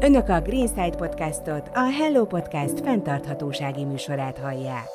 Önök a Greenside Podcastot, a Hello Podcast fenntarthatósági műsorát hallják.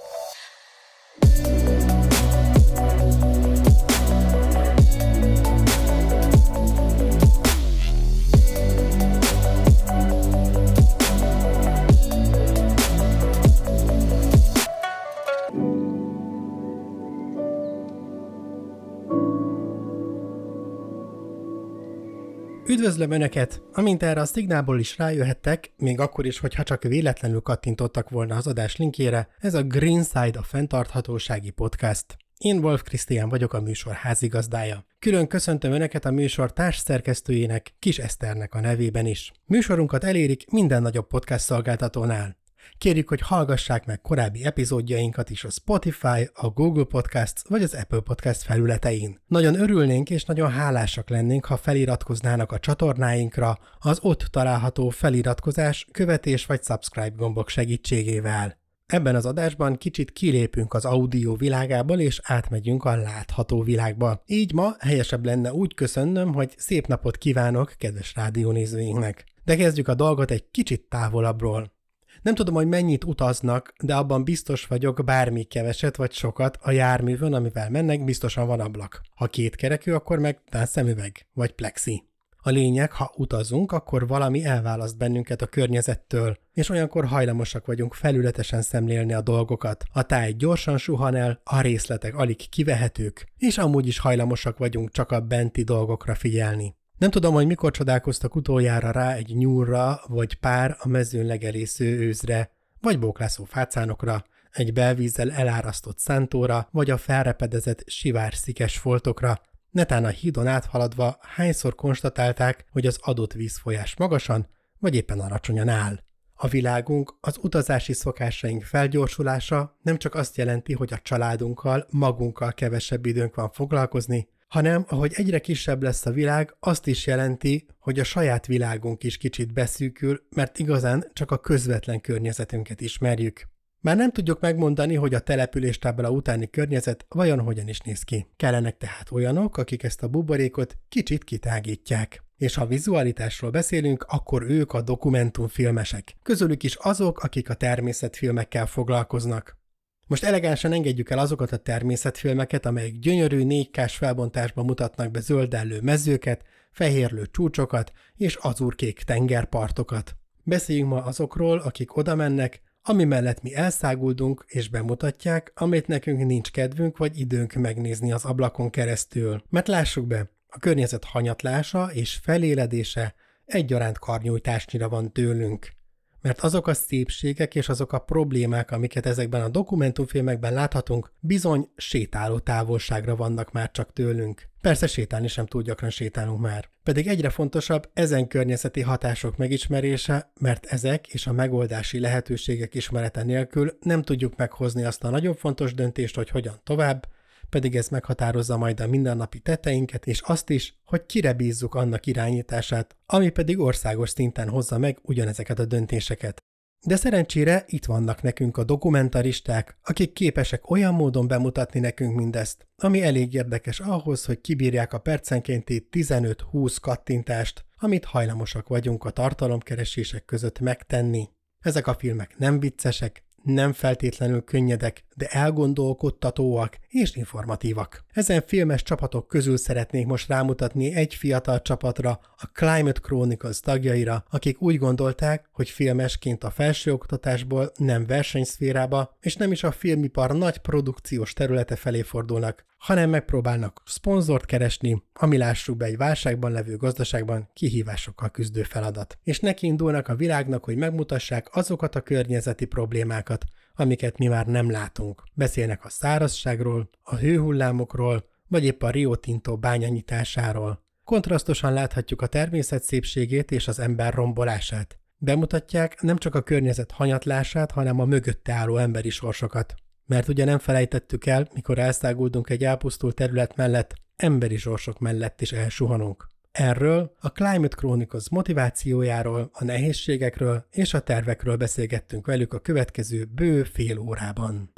Üdvözlöm Önöket! Amint erre a szignálból is rájöhettek, még akkor is, hogyha csak véletlenül kattintottak volna az adás linkjére, ez a Greenside, a fenntarthatósági podcast. Én Wolf Krisztián vagyok, a műsor házigazdája. Külön köszöntöm Önöket a műsor társszerkesztőjének, Kis Eszternek a nevében is. Műsorunkat elérik minden nagyobb podcast szolgáltatónál. Kérjük, hogy hallgassák meg korábbi epizódjainkat is a Spotify, a Google Podcasts vagy az Apple Podcast felületein. Nagyon örülnénk és nagyon hálásak lennénk, ha feliratkoznának a csatornáinkra az ott található feliratkozás, követés vagy subscribe gombok segítségével. Ebben az adásban kicsit kilépünk az audio világából és átmegyünk a látható világba. Így ma helyesebb lenne úgy köszönnöm, hogy szép napot kívánok kedves rádiónézőinknek. De kezdjük a dolgot egy kicsit távolabbról. Nem tudom, hogy mennyit utaznak, de abban biztos vagyok, bármi keveset vagy sokat, a járművön, amivel mennek, biztosan van ablak. Ha kétkerekű, akkor meg talán szemüveg, vagy plexi. A lényeg, ha utazunk, akkor valami elválaszt bennünket a környezettől, és olyankor hajlamosak vagyunk felületesen szemlélni a dolgokat. A táj gyorsan suhan el, a részletek alig kivehetők, és amúgy is hajlamosak vagyunk csak a benti dolgokra figyelni. Nem tudom, hogy mikor csodálkoztak utoljára rá egy nyúlra, vagy pár a mezőn legelésző őzre, vagy bóklászó fácánokra, egy belvízzel elárasztott szántóra, vagy a felrepedezett sivárszikes foltokra. Netán a hídon áthaladva hányszor konstatálták, hogy az adott vízfolyás magasan, vagy éppen alacsonyan áll. A világunk, az utazási szokásaink felgyorsulása nem csak azt jelenti, hogy a családunkkal, magunkkal kevesebb időnk van foglalkozni, hanem ahogy egyre kisebb lesz a világ, azt is jelenti, hogy a saját világunk is kicsit beszűkül, mert igazán csak a közvetlen környezetünket ismerjük. Már nem tudjuk megmondani, hogy a településtábla utáni környezet vajon hogyan is néz ki. Kellenek tehát olyanok, akik ezt a buborékot kicsit kitágítják. És ha vizualitásról beszélünk, akkor ők a dokumentumfilmesek. Közülük is azok, akik a természetfilmekkel foglalkoznak. Most elegánsan engedjük el azokat a természetfilmeket, amelyek gyönyörű 4K-s felbontásban mutatnak be zöldellő mezőket, fehérlő csúcsokat és azurkék tengerpartokat. Beszéljünk ma azokról, akik oda mennek, ami mellett mi elszáguldunk és bemutatják, amit nekünk nincs kedvünk vagy időnk megnézni az ablakon keresztül. Mert lássuk be, a környezet hanyatlása és feléledése egyaránt karnyújtásnyira van tőlünk. Mert azok a szépségek és azok a problémák, amiket ezekben a dokumentumfilmekben láthatunk, bizony sétáló távolságra vannak már csak tőlünk. Persze sétálni sem túl gyakran sétálunk már. Pedig egyre fontosabb ezen környezeti hatások megismerése, mert ezek és a megoldási lehetőségek ismerete nélkül nem tudjuk meghozni azt a nagyon fontos döntést, hogy hogyan tovább, pedig ez meghatározza majd a mindennapi tetteinket, és azt is, hogy kire bízzuk annak irányítását, ami pedig országos szinten hozza meg ugyanezeket a döntéseket. De szerencsére itt vannak nekünk a dokumentaristák, akik képesek olyan módon bemutatni nekünk mindezt, ami elég érdekes ahhoz, hogy kibírják a percenkénti 15-20 kattintást, amit hajlamosak vagyunk a tartalomkeresések között megtenni. Ezek a filmek nem viccesek, nem feltétlenül könnyedek, de elgondolkodtatóak és informatívak. Ezen filmes csapatok közül szeretnék most rámutatni egy fiatal csapatra, a Climate Chronicles tagjaira, akik úgy gondolták, hogy filmesként a felsőoktatásból nem versenyszférába, és nem is a filmipar nagy produkciós területe felé fordulnak, hanem megpróbálnak szponzort keresni, ami lássuk be egy válságban levő gazdaságban kihívásokkal küzdő feladat. És neki indulnak a világnak, hogy megmutassák azokat a környezeti problémákat, amiket mi már nem látunk. Beszélnek a szárazságról, a hőhullámokról, vagy épp a Rio Tinto bányanyításáról. Kontrasztosan láthatjuk a természet szépségét és az ember rombolását. Bemutatják nem csak a környezet hanyatlását, hanem a mögötte álló emberi sorsokat. Mert ugye nem felejtettük el, mikor elszáguldunk egy elpusztult terület mellett, emberi sorsok mellett is elsuhanunk. Erről, a Climate Chronicles motivációjáról, a nehézségekről és a tervekről beszélgettünk velük a következő bő fél órában.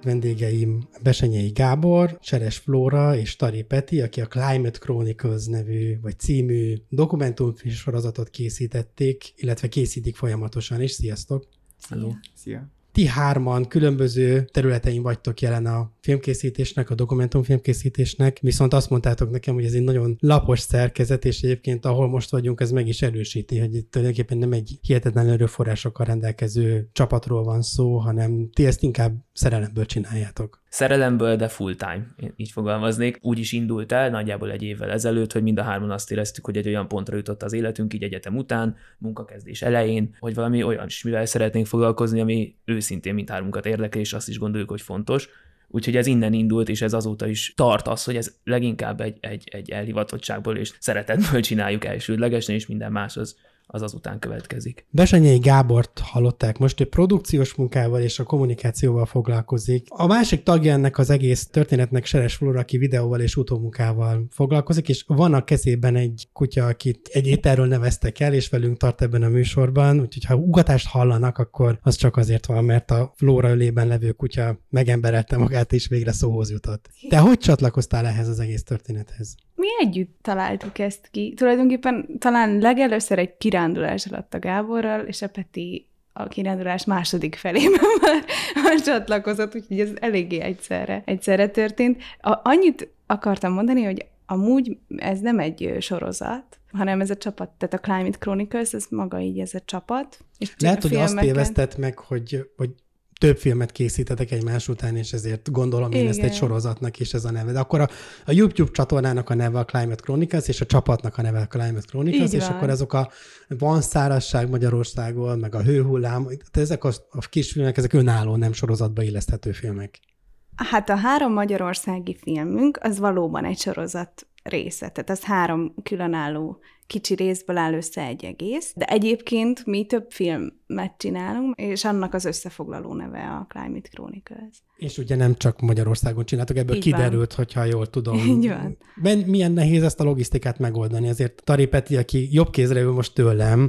vendégeim Bessenyei Gábor, Seres Flóra és Tari Peti, aki a Climate Chronicles nevű, vagy című dokumentumfilm sorozatot készítették, illetve készítik folyamatosan is. Sziasztok! Hello! Szia! Ti hárman különböző területein vagytok jelen a filmkészítésnek, a dokumentumfilmkészítésnek, viszont azt mondtátok nekem, hogy ez egy nagyon lapos szerkezet, és egyébként ahol most vagyunk, ez meg is erősíti, hogy itt tulajdonképpen nem egy hihetetlen erőforrásokkal rendelkező csapatról van szó, hanem ti ezt inkább szerelemből csináljátok. Szerelemből, de full time, én így fogalmaznék. Úgy is indult el nagyjából egy évvel ezelőtt, hogy mind a hárman azt éreztük, hogy egy olyan pontra jutott az életünk, így egyetem után, munkakezdés elején, hogy valami olyan is, mivel szeretnénk foglalkozni, ami őszintén mindhármunkat érdekel, és azt is gondoljuk, hogy fontos. Úgyhogy ez innen indult, és ez azóta is tart az, hogy ez leginkább egy elhivatottságból és szeretetből csináljuk elsődlegesen, és minden más az azután következik. Bessenyei Gábort hallották most, ő produkciós munkával és a kommunikációval foglalkozik. A másik tagja ennek az egész történetnek Seres Flóra, aki videóval és utómunkával foglalkozik, és van a kezében egy kutya, akit egy ételről neveztek el, és velünk tart ebben a műsorban, úgyhogy ha ugatást hallanak, akkor az csak azért van, mert a Flóra ölében levő kutya megemberelte magát, és végre szóhoz jutott. Te hogy csatlakoztál ehhez az egész történethez? Mi együtt találtuk ezt ki. Tulajdonképpen talán legelőször egy kirándulás alatt a Gáborral, és a Peti a kirándulás második felében már csatlakozott, úgyhogy ez eléggé egyszerre történt. Annyit akartam mondani, hogy amúgy ez nem egy sorozat, hanem ez a csapat, tehát a Climate Chronicles, ez maga így ez a csapat. És lehet, hogy azt tévesztett meg, hogy több filmet készítetek egymás után, és ezért gondolom én ezt egy sorozatnak is ez a neve. De akkor a YouTube csatornának a neve a Climate Chronicles, és a csapatnak a neve a Climate Chronicles, és akkor azok van szárazság Magyarországon, meg a hőhullám, ezek a kis filmek, ezek önálló, nem sorozatba illeszthető filmek. Hát a 3 magyarországi filmünk, az valóban egy sorozat része, tehát az 3 különálló kicsi részből áll össze egy egész, de egyébként mi több filmet csinálunk, és annak az összefoglaló neve a Climate Chronicles. És ugye nem csak Magyarországon csináltok, ebből kiderült, hogyha jól tudom. Így van. Milyen nehéz ezt a logisztikát megoldani, ezért Tari Peti, aki jobb kézre ül most tőlem,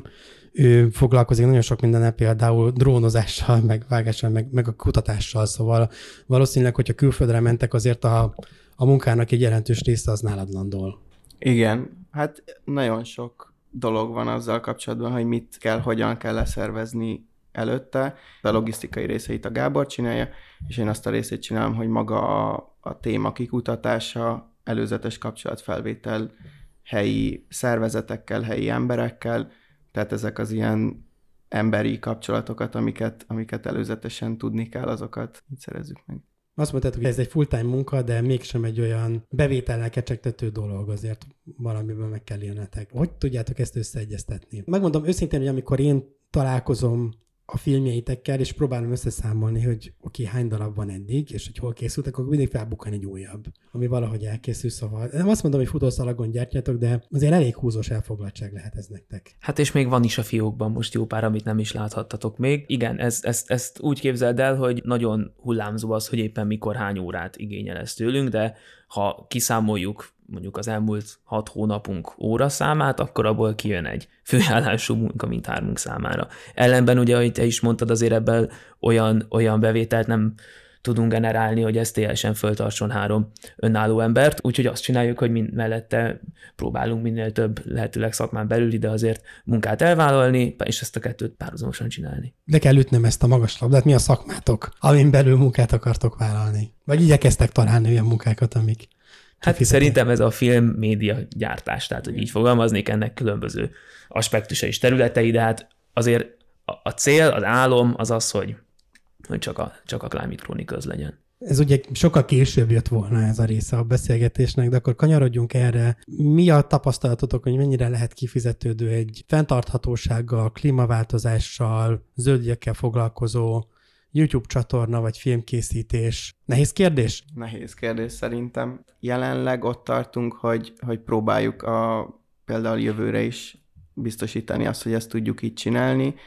ő foglalkozik nagyon sok mindennel, például drónozással, meg vágással, meg a kutatással, szóval valószínűleg, hogyha külföldre mentek, azért a munkának egy jelentős része az nálad landol. Igen, hát nagyon sok dolog van azzal kapcsolatban, hogy mit kell, hogyan kell leszervezni előtte. A logisztikai részeit a Gábor csinálja, és én azt a részét csinálom, hogy maga a téma kikutatása, előzetes kapcsolatfelvétel helyi szervezetekkel, helyi emberekkel, tehát ezek az ilyen emberi kapcsolatokat, amiket előzetesen tudni kell, azokat így szerezzük meg. Azt mondtátok, hogy ez egy full-time munka, de mégsem egy olyan bevétellel kecsegtető dolog, azért valamiből meg kell élnetek. Hogy tudjátok ezt összeegyeztetni? Megmondom őszintén, hogy amikor én találkozom a filmjeitekkel, és próbálom összeszámolni, hogy hány darab van eddig, és hogy hol készültek, akkor mindig felbukkan egy újabb, ami valahogy elkészül, szóval nem azt mondom, hogy futószalagon gyártjátok, de azért elég húzós elfoglaltság lehet ez nektek. Hát és még van is a fiókban most jó pár, amit nem is láthattatok még. Igen, ezt úgy képzeld el, hogy nagyon hullámzó az, hogy éppen mikor hány órát igényel ez tőlünk, de ha kiszámoljuk mondjuk az elmúlt 6 hónapunk óraszámát, akkor abból kijön egy főállású munka mindhármunk számára. Ellenben ugye, ahogy te is mondtad, azért ebből olyan bevételt nem tudunk generálni, hogy ez teljesen föltartson 3 önálló embert, úgyhogy azt csináljuk, hogy mellette próbálunk minél több lehetőleg szakmán belül, de azért munkát elvállalni, és ezt a kettőt párhuzamosan csinálni. De kell ütnem ezt a magas labdát, mi a szakmátok, amin belül munkát akartok vállalni? Vagy igyekeztek találni olyan munkákat, amik Hát szerintem ez a film média gyártás, tehát hogy így fogalmaznék, ennek különböző aspektusa és területei, de hát azért a cél, az álom az az, hogy csak a Climate Chronicles legyen. Ez ugye sokkal később jött volna ez a része a beszélgetésnek, de akkor kanyarodjunk erre. Mi a tapasztalatotok, hogy mennyire lehet kifizetődő egy fenntarthatósággal, klímaváltozással, zöldügyekkel foglalkozó YouTube csatorna vagy filmkészítés? Nehéz kérdés? Nehéz kérdés szerintem. Jelenleg ott tartunk, hogy próbáljuk például jövőre is biztosítani azt, hogy ezt tudjuk így csinálni,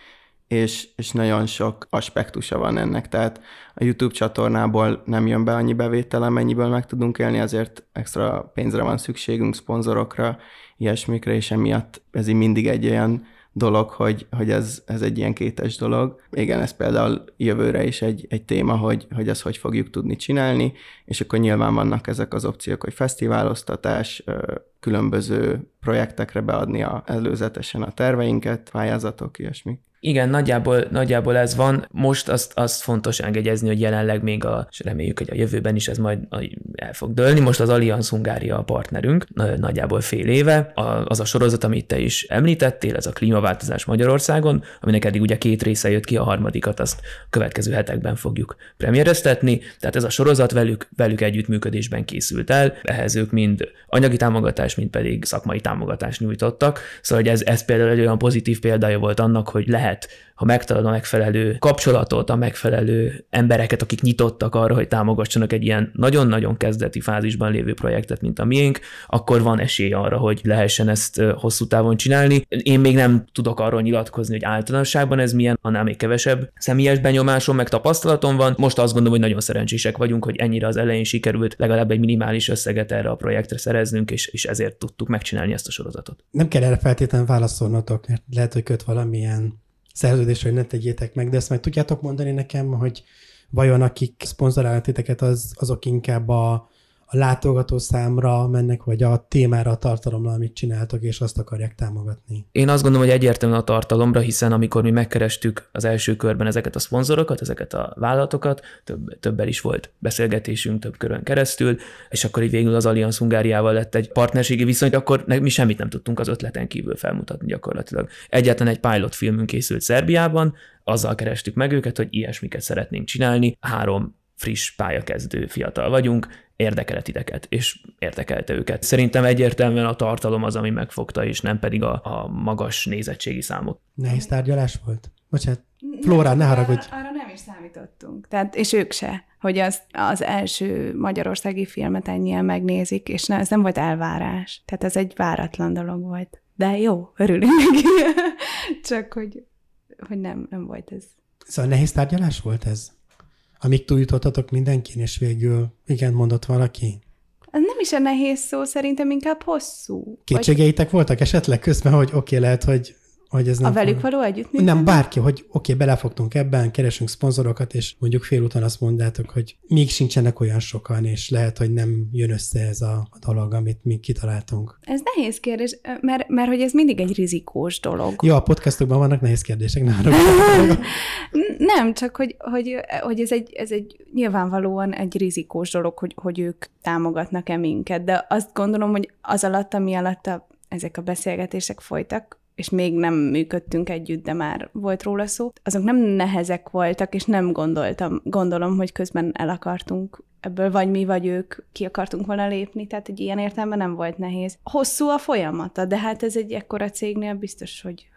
és nagyon sok aspektusa van ennek. Tehát a YouTube csatornából nem jön be annyi bevétel, amennyiből meg tudunk élni, azért extra pénzre van szükségünk, szponzorokra, ilyesmikre, és emiatt ez így mindig egy olyan dolog, hogy ez egy ilyen kétes dolog. Igen, ez például jövőre is egy téma, hogy ezt hogy fogjuk tudni csinálni, és akkor nyilván vannak ezek az opciók, hogy fesztiváloztatás, különböző projektekre beadni előzetesen a terveinket, pályázatok, ilyesmi. Igen, nagyjából ez van. Most azt fontos engedjezni, hogy jelenleg még és reméljük, hogy a jövőben is ez majd el fog dőlni. Most az Allianz Hungária a partnerünk, nagyjából fél éve. Az a sorozat, amit te is említettél, ez a klímaváltozás Magyarországon, aminek eddig ugye 2 része jött ki, a harmadikat azt a következő hetekben fogjuk premiereztetni. Tehát ez a sorozat velük együttműködésben készült el. Ehhez ők mind anyagi támogatást, mind pedig szakmai támogatást nyújtottak. Szóval hogy ez például egy olyan pozitív példája volt annak, hogy lehet, ha megtalálod a megfelelő kapcsolatot, a megfelelő embereket, akik nyitottak arra, hogy támogassanak egy ilyen nagyon-nagyon kezdeti fázisban lévő projektet, mint a miénk, akkor van esély arra, hogy lehessen ezt hosszú távon csinálni. Én még nem tudok arról nyilatkozni, hogy általánosságban ez milyen, annál még kevesebb személyes benyomásom, meg tapasztalatom van. Most azt gondolom, hogy nagyon szerencsések vagyunk, hogy ennyire az elején sikerült legalább egy minimális összeget erre a projektre szereznünk, és ezért tudtuk megcsinálni ezt a sorozatot. Nem kell erre feltétlenül válaszolnotok, mert lehet, hogy köt valamilyen szerződés, hogy ne tegyétek meg, de ezt meg tudjátok mondani nekem, hogy vajon akik szponzorálnak titeket, azok inkább a látogató számra mennek, vagy a témára, a tartalomra, amit csináltok, és azt akarják támogatni? Én azt gondolom, hogy egyértelműen a tartalomra, hiszen amikor mi megkerestük az első körben ezeket a szponzorokat, ezeket a vállalatokat, többel is volt beszélgetésünk több körön keresztül, és akkor így végül az Allianz Hungáriával lett egy partnerségi viszony, akkor mi semmit nem tudtunk az ötleten kívül felmutatni gyakorlatilag. Egyáltalán egy pilot filmünk készült Szerbiában, azzal kerestük meg őket, hogy ilyesmiket szeretnénk csinálni. 3 friss pályakezdő fiatal vagyunk, érdekel titeket, és érdekelte őket. Szerintem egyértelműen a tartalom az, ami megfogta, és nem pedig a magas nézettségi számok. Nehéz tárgyalás volt? Bocsánat, Flóra, ne haragudj. Arra nem is számítottunk. Tehát, és ők se, hogy az első magyarországi filmet ennyien megnézik, és ez nem volt elvárás. Tehát ez egy váratlan dolog volt. De jó, örülünk neki. Csak, hogy nem volt ez. Szóval nehéz tárgyalás volt ez? Amíg túljutottatok mindenkin, és végül igen mondott valaki? Ez nem is a nehéz szó, szerintem inkább hosszú. Kétségeitek voltak esetleg közben, hogy oké, lehet, hogy ez nem... A velük való együttműködés? Nem, bárki, hogy oké, belefogtunk ebben, keresünk szponzorokat, és mondjuk félúton azt mondjátok, hogy még sincsenek olyan sokan, és lehet, hogy nem jön össze ez a dolog, amit mi kitaláltunk. Ez nehéz kérdés, mert hogy ez mindig egy rizikós dolog. Jó, a podcastokban vannak nehéz kérdések. Nem, csak hogy ez egy nyilvánvalóan egy rizikós dolog, hogy ők támogatnak-e minket, de azt gondolom, hogy az alatt, ami alatt ezek a beszélgetések folytak, és még nem működtünk együtt, de már volt róla szó, azok nem nehezek voltak, és nem gondolom, hogy közben el akartunk ebből vagy mi, vagy ők ki akartunk volna lépni, tehát egy ilyen értelemben nem volt nehéz. Hosszú a folyamata, de hát ez egy ekkora cégnél biztos, hogy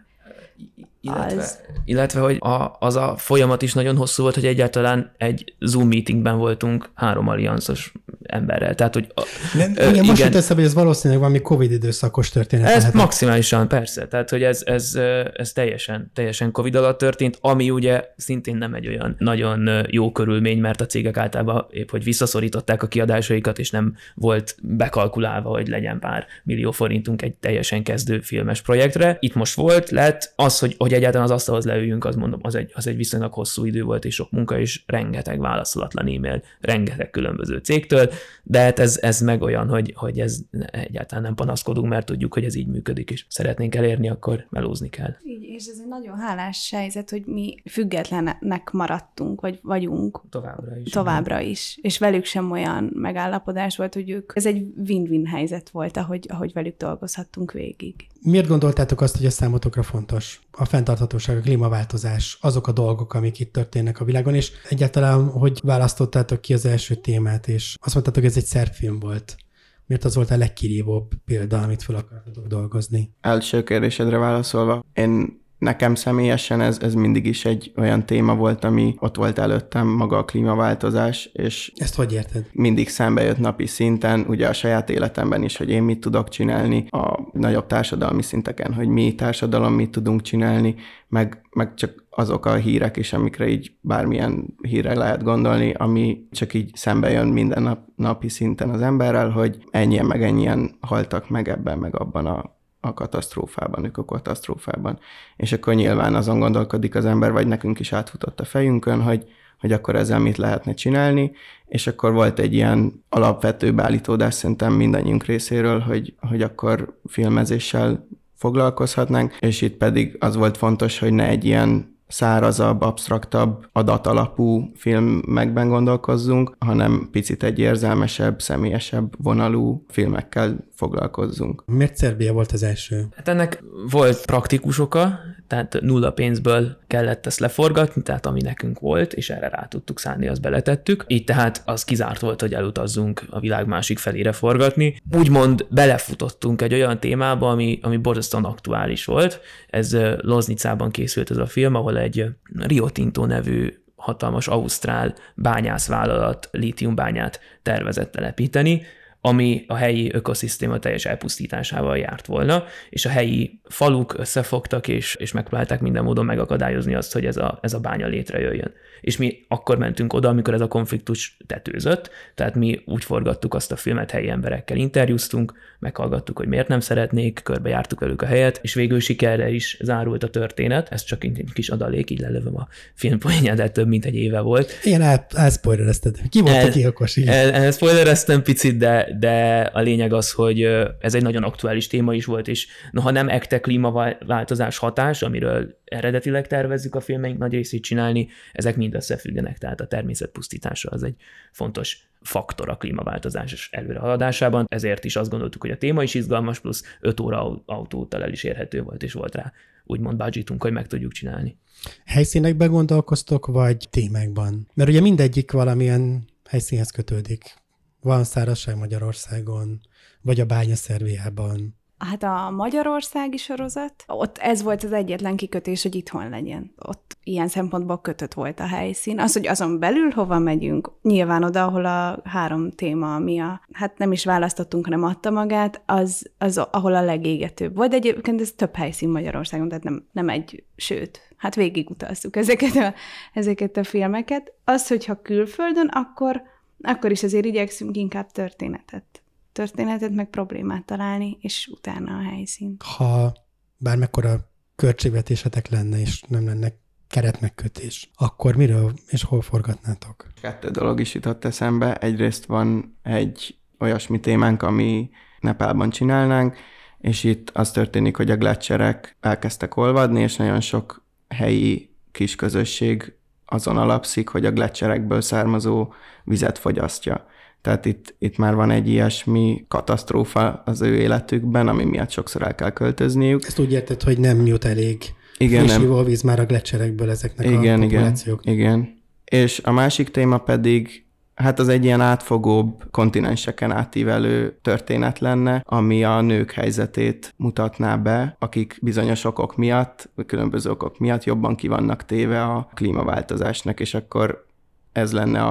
illetve hogy az a folyamat is nagyon hosszú volt, hogy egyáltalán egy Zoom meetingben voltunk 3 allianzos emberrel. Tehát, hogy igen, most jut eszembe, hogy ez valószínűleg valami Covid időszakos történet. Ez lehetett. Maximálisan, persze. Tehát, hogy ez teljesen Covid alatt történt, ami ugye szintén nem egy olyan nagyon jó körülmény, mert a cégek általában épp, hogy visszaszorították a kiadásaikat, és nem volt bekalkulálva, hogy legyen pár millió forintunk egy teljesen kezdő filmes projektre. Itt most lett az, hogy egyáltalán az asztalhoz leüljünk, azt mondom, az egy viszonylag hosszú idő volt, és sok munka, és rengeteg válaszolatlan e-mail, rengeteg különböző cégtől, de hát ez meg olyan, hogy ez egyáltalán nem panaszkodunk, mert tudjuk, hogy ez így működik, és szeretnénk elérni, akkor melózni kell. Így, és ez egy nagyon hálás helyzet, hogy mi függetlenek maradtunk, vagy vagyunk. Továbbra is. És velük sem olyan megállapodás volt, hogy ez egy win-win helyzet volt, ahogy velük dolgozhattunk végig. Miért gondoltátok azt, hogy ez számotokra fontos? A fenntarthatóság, a klímaváltozás, azok a dolgok, amik itt történnek a világon, és egyáltalán, hogy választottátok ki az első témát, és azt mondtátok, hogy ez egy szerb film volt. Miért az volt a legkirívóbb példa, amit fel akartatok dolgozni? Első kérdésedre válaszolva, nekem személyesen ez mindig is egy olyan téma volt, ami ott volt előttem, maga a klímaváltozás, és... Ezt hogy érted? Mindig szembe jött napi szinten, ugye a saját életemben is, hogy én mit tudok csinálni, a nagyobb társadalmi szinteken, hogy mi társadalom mit tudunk csinálni, meg csak azok a hírek is, amikre így bármilyen hírre lehet gondolni, ami csak így szembe jön minden napi szinten az emberrel, hogy ennyien haltak meg ebben, meg abban a a katasztrófában, ökokatasztrófában. És akkor nyilván azon gondolkodik az ember, vagy nekünk is átfutott a fejünkön, hogy akkor ezzel mit lehetne csinálni, és akkor volt egy ilyen alapvető beállítódás szerintem mindannyiunk részéről, hogy akkor filmezéssel foglalkozhatnánk, és itt pedig az volt fontos, hogy ne egy ilyen szárazabb, absztraktabb, adatalapú filmekben gondolkozzunk, hanem picit egy érzelmesebb, személyesebb vonalú filmekkel foglalkozzunk. Miért Szerbia volt az első? Hát ennek volt praktikus oka, tehát nulla pénzből kellett ezt leforgatni, tehát ami nekünk volt, és erre rá tudtuk szánni, azt beletettük. Így tehát az kizárt volt, hogy elutazzunk a világ másik felére forgatni. Úgymond belefutottunk egy olyan témába, ami borzasztóan aktuális volt. Ez Loznicában készült ez a film, ahol egy Rio Tinto nevű hatalmas ausztrál bányászvállalat lítiumbányát tervezett telepíteni, ami a helyi ökoszisztéma teljes elpusztításával járt volna, és a helyi faluk összefogtak, és megpróbálták minden módon megakadályozni azt, hogy ez a bánya létrejöjjön. És mi akkor mentünk oda, amikor ez a konfliktus tetőzött, tehát mi úgy forgattuk azt a filmet, helyi emberekkel interjúztunk, meghallgattuk, hogy miért nem szeretnék, körbejártuk velük a helyet, és végül sikerre is zárult a történet. Ez csak egy kis adalék, így lelövöm a filmpoénját, de több mint egy éve volt. Igen, elszpoilerezted. Ki volt a gyilkos? Elszpoilereztem picit, de a lényeg az, hogy ez egy nagyon aktuális téma is volt, és noha nem ekte klímaváltozás hatás, amiről eredetileg tervezzük a filmeink nagy részét csinálni, ezek mind összefüggenek, tehát a természet pusztítása az egy fontos faktor a klímaváltozás előrehaladásában, ezért is azt gondoltuk, hogy a téma is izgalmas, plusz 5 óra autóúttal el is érhető volt, és volt rá úgymond budgetunk, hogy meg tudjuk csinálni. Helyszínekben gondolkoztok, vagy témákban? Mert ugye mindegyik valamilyen helyszínhez kötődik. Van szárazság Magyarországon, vagy a bánya Szerbiában. Hát a magyarországi sorozat, ott ez volt az egyetlen kikötés, hogy itthon legyen. Ott ilyen szempontból kötött volt a helyszín. Az, hogy azon belül hova megyünk, nyilván oda, ahol a 3 téma, ami hát nem is választottunk, hanem adta magát, az ahol a legégetőbb volt. Egyébként ez több helyszín Magyarországon, tehát nem egy, sőt, hát végigutazzuk ezeket a filmeket. Az, hogyha külföldön, akkor is azért igyekszünk inkább történetet meg problémát találni, és utána a helyszín. Ha bármekkora költségvetésetek lenne, és nem lenne keretmegkötés, akkor miről és hol forgatnátok? 2 dolog is jutott eszembe. Egyrészt van egy olyasmi témánk, ami Nepálban csinálnánk, és itt az történik, hogy a gleccserek elkezdtek olvadni, és nagyon sok helyi kis közösség azon alapszik, hogy a gleccserekből származó vizet fogyasztja. Tehát itt már van egy ilyesmi katasztrófa az ő életükben, ami miatt sokszor el kell költözniük. Ezt úgy érted, hogy nem jut elég friss ivóvíz már a gleccserekből ezeknek a populációk. Igen. És a másik téma pedig, hát az egy ilyen átfogóbb, kontinenseken átívelő történet lenne, ami a nők helyzetét mutatná be, akik bizonyos okok miatt, különböző okok miatt jobban ki vannak téve a klímaváltozásnak, és akkor ez lenne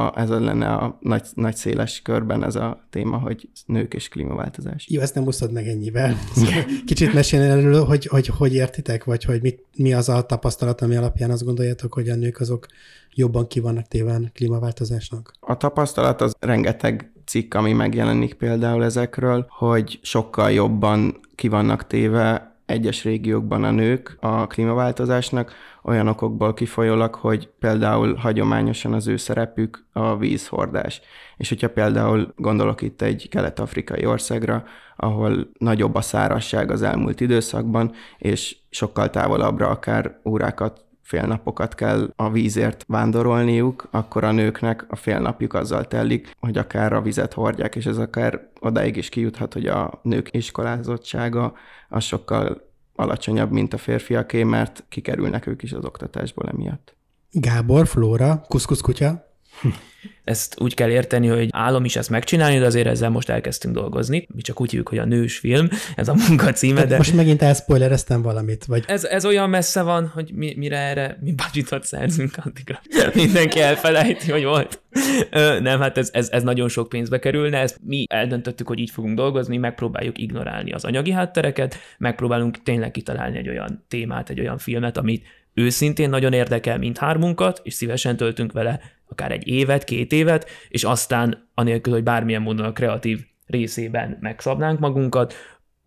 a nagy széles körben ez a téma, hogy nők és klímaváltozás. Jó, ezt nem úszod meg ennyivel. Kicsit mesélni erről, hogy értitek, vagy hogy mi az a tapasztalat, ami alapján azt gondoljátok, hogy a nők azok jobban ki vannak téve a klímaváltozásnak? A tapasztalat az rengeteg cikk, ami megjelenik például ezekről, hogy sokkal jobban ki vannak téve egyes régiókban a nők a klímaváltozásnak, olyan okokból kifolyólag, hogy például hagyományosan az ő szerepük a vízhordás. És hogyha például gondolok itt egy kelet-afrikai országra, ahol nagyobb a szárazság az elmúlt időszakban, és sokkal távolabbra akár órákat, fél napokat kell a vízért vándorolniuk, akkor a nőknek a fél napjuk azzal telik, hogy akár a vizet hordják, és ez akár odáig is kijuthat, hogy a nők iskolázottsága az sokkal alacsonyabb, mint a férfiaké, mert kikerülnek ők is az oktatásból emiatt. Gábor, Flóra, kuszkuszkutya. Ezt úgy kell érteni, hogy álom is ezt megcsinálni, de azért ezzel most elkezdtünk dolgozni. Mi csak úgy hívjuk, hogy a nős film, ez a munka címe. De most megint elszpoilereztem valamit, vagy? Ez olyan messze van, hogy mire erre mi budgetot szerzünk addigra. Mindenki elfelejti, hogy volt. Nem, hát ez nagyon sok pénzbe kerülne. Ezt mi eldöntöttük, hogy így fogunk dolgozni, megpróbáljuk ignorálni az anyagi háttereket, megpróbálunk tényleg kitalálni egy olyan témát, egy olyan filmet, amit őszintén nagyon érdekel mindhármunkat, és szívesen töltünk vele akár 1 évet, 2 évet, és aztán anélkül, hogy bármilyen módon a kreatív részében megszabnánk magunkat,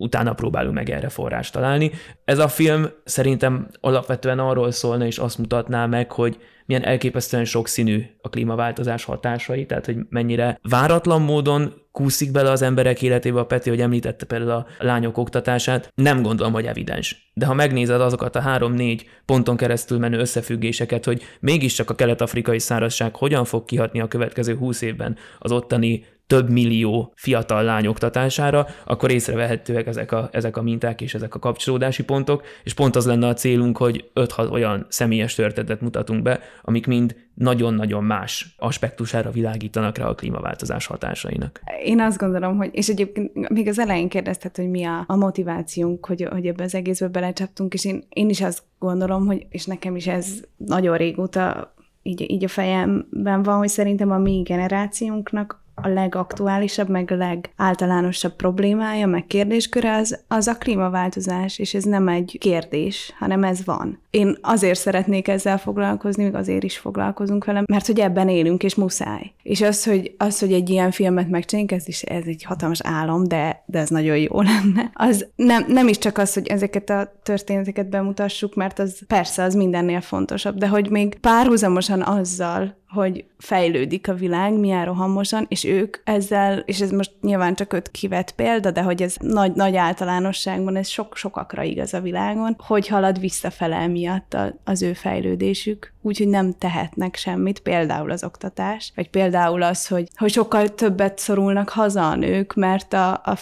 utána próbálunk meg erre forrást találni. Ez a film szerintem alapvetően arról szólna, és azt mutatná meg, hogy milyen elképesztően sokszínű a klímaváltozás hatásai, tehát hogy mennyire váratlan módon kúszik bele az emberek életébe. A Peti, hogy említette például a lányok oktatását, nem gondolom, hogy evidens. De ha megnézed azokat a 3-4 ponton keresztül menő összefüggéseket, hogy mégiscsak a kelet-afrikai szárazság hogyan fog kihatni a következő 20 évben az ottani több millió fiatal lány oktatására, akkor észrevehetőek ezek a minták és ezek a kapcsolódási pontok, és pont az lenne a célunk, hogy 5-6 olyan személyes történetet mutatunk be, amik mind nagyon-nagyon más aspektusára világítanak rá a klímaváltozás hatásainak. Én azt gondolom, hogy, és egyébként még az elején kérdezted, hogy mi a motivációnk, hogy ebbe az egészbe belecsaptunk, és én is azt gondolom, hogy, és nekem is ez nagyon régóta így a fejemben van, hogy szerintem a mi generációnknak a legaktuálisabb, meg a legáltalánosabb problémája, meg kérdésköre az a klímaváltozás, és ez nem egy kérdés, hanem ez van. Én azért szeretnék ezzel foglalkozni, még azért is foglalkozunk vele, mert hogy ebben élünk, és muszáj. És az, hogy egy ilyen filmet megcsináljuk, ez egy hatalmas álom, de ez nagyon jó lenne. Az nem is csak az, hogy ezeket a történeteket bemutassuk, mert az persze az mindennél fontosabb, de hogy még párhuzamosan azzal, hogy fejlődik a világ milyen rohamosan, és ők ezzel, és ez most nyilván csak 5 kivett példa, de hogy ez nagy általánosságban, ez sokakra igaz a világon, hogy halad visszafele miatt az ő fejlődésük, úgyhogy nem tehetnek semmit, például az oktatás, vagy például az, hogy sokkal többet szorulnak haza a nők, mert a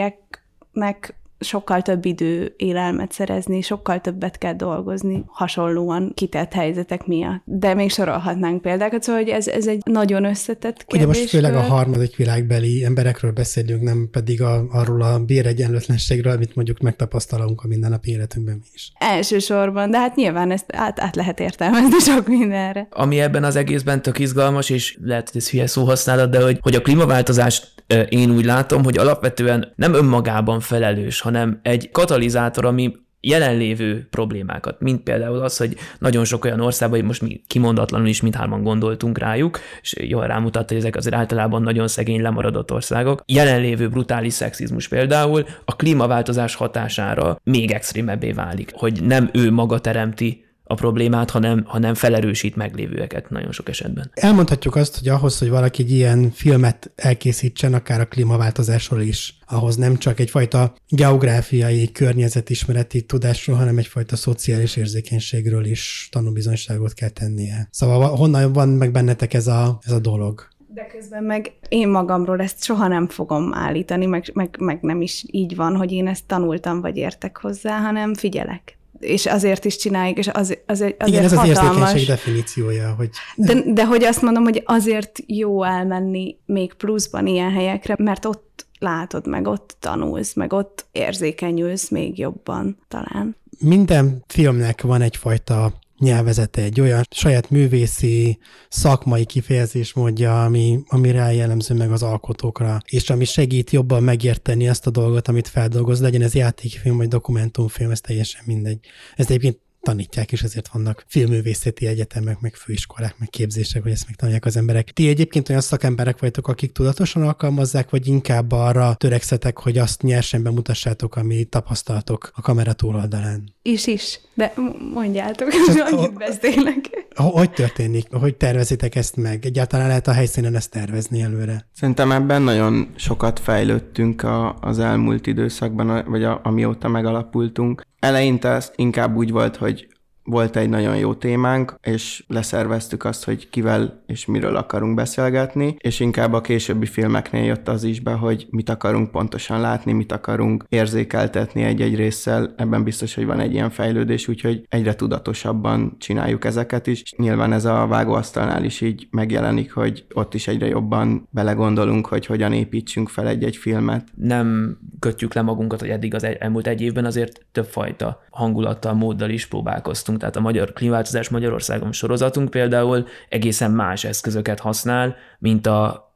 férjeknek sokkal több idő élelmet szerezni, sokkal többet kell dolgozni, hasonlóan kitett helyzetek miatt. De még sorolhatnánk példákat, szóval hogy ez egy nagyon összetett kérdés. Ugye most főleg a harmadik világbeli emberekről beszélünk, nem pedig arról a béregyenlőtlenségről, amit mondjuk megtapasztalunk a mindennapi életünkben mi is. Elsősorban, de hát nyilván ezt át lehet értelmezni sok mindenre. Ami ebben az egészben tök izgalmas, és lehet, hogy ez hülye szóhasználat, de hogy a klímaváltozást én úgy látom, hogy alapvetően nem önmagában felelős, hanem egy katalizátor, ami jelenlévő problémákat, mint például az, hogy nagyon sok olyan országban, most mi kimondatlanul is mindhárman gondoltunk rájuk, és jól rámutat, hogy ezek azért általában nagyon szegény, lemaradott országok. Jelenlévő brutális szexizmus például a klímaváltozás hatására még extrémebbé válik, hogy nem ő maga teremti a problémát, hanem felerősít meglévőeket nagyon sok esetben. Elmondhatjuk azt, hogy ahhoz, hogy valaki egy ilyen filmet elkészítsen, akár a klímaváltozásról is, ahhoz nem csak egyfajta geográfiai, környezetismereti tudásról, hanem egyfajta szociális érzékenységről is tanúbizonyságot kell tennie. Szóval honnan van meg bennetek ez a dolog? De közben meg én magamról ezt soha nem fogom állítani, meg nem is így van, hogy én ezt tanultam, vagy értek hozzá, hanem figyelek. És azért is csináljuk, és azért igen, ez hatalmas. Az érzékenység definíciója. Hogy... De hogy azt mondom, hogy azért jó elmenni még pluszban ilyen helyekre, mert ott látod, meg ott tanulsz, meg ott érzékenyülsz még jobban talán. Minden filmnek van egyfajta nyelvezete, egy olyan saját művészi, szakmai kifejezésmódja, ami rá jellemző meg az alkotókra, és ami segít jobban megérteni azt a dolgot, amit feldolgoz, legyen ez játékfilm vagy dokumentumfilm, ez teljesen mindegy. Ez egyébként tanítják, és ezért vannak filmművészeti egyetemek, meg főiskolák, meg képzések, hogy ezt megtanulják az emberek. Ti egyébként olyan szakemberek vagytok, akik tudatosan alkalmazzák, vagy inkább arra törekszetek, hogy azt nyersen bemutassátok, ami tapasztalatok a kamera túloldalán? Is. De mondjátok, hogy annyit beszélek. Hogy történik? Hogy tervezitek ezt meg? Egyáltalán lehet a helyszínen ezt tervezni előre? Szerintem ebben nagyon sokat fejlődtünk az elmúlt időszakban, vagy amióta megalapultunk. Eleinte ez inkább úgy volt, hogy volt egy nagyon jó témánk, és leszerveztük azt, hogy kivel és miről akarunk beszélgetni, és inkább a későbbi filmeknél jött az is be, hogy mit akarunk pontosan látni, mit akarunk érzékeltetni egy-egy résszel. Ebben biztos, hogy van egy ilyen fejlődés, úgyhogy egyre tudatosabban csináljuk ezeket is. És nyilván ez a vágóasztalnál is így megjelenik, hogy ott is egyre jobban belegondolunk, hogy hogyan építsünk fel egy-egy filmet. Nem kötjük le magunkat, hogy eddig az elmúlt egy évben azért többfajta hangulattal, móddal is próbálkoztunk. Tehát a Magyar Klímaváltozás Magyarországon sorozatunk például egészen más eszközöket használ, mint a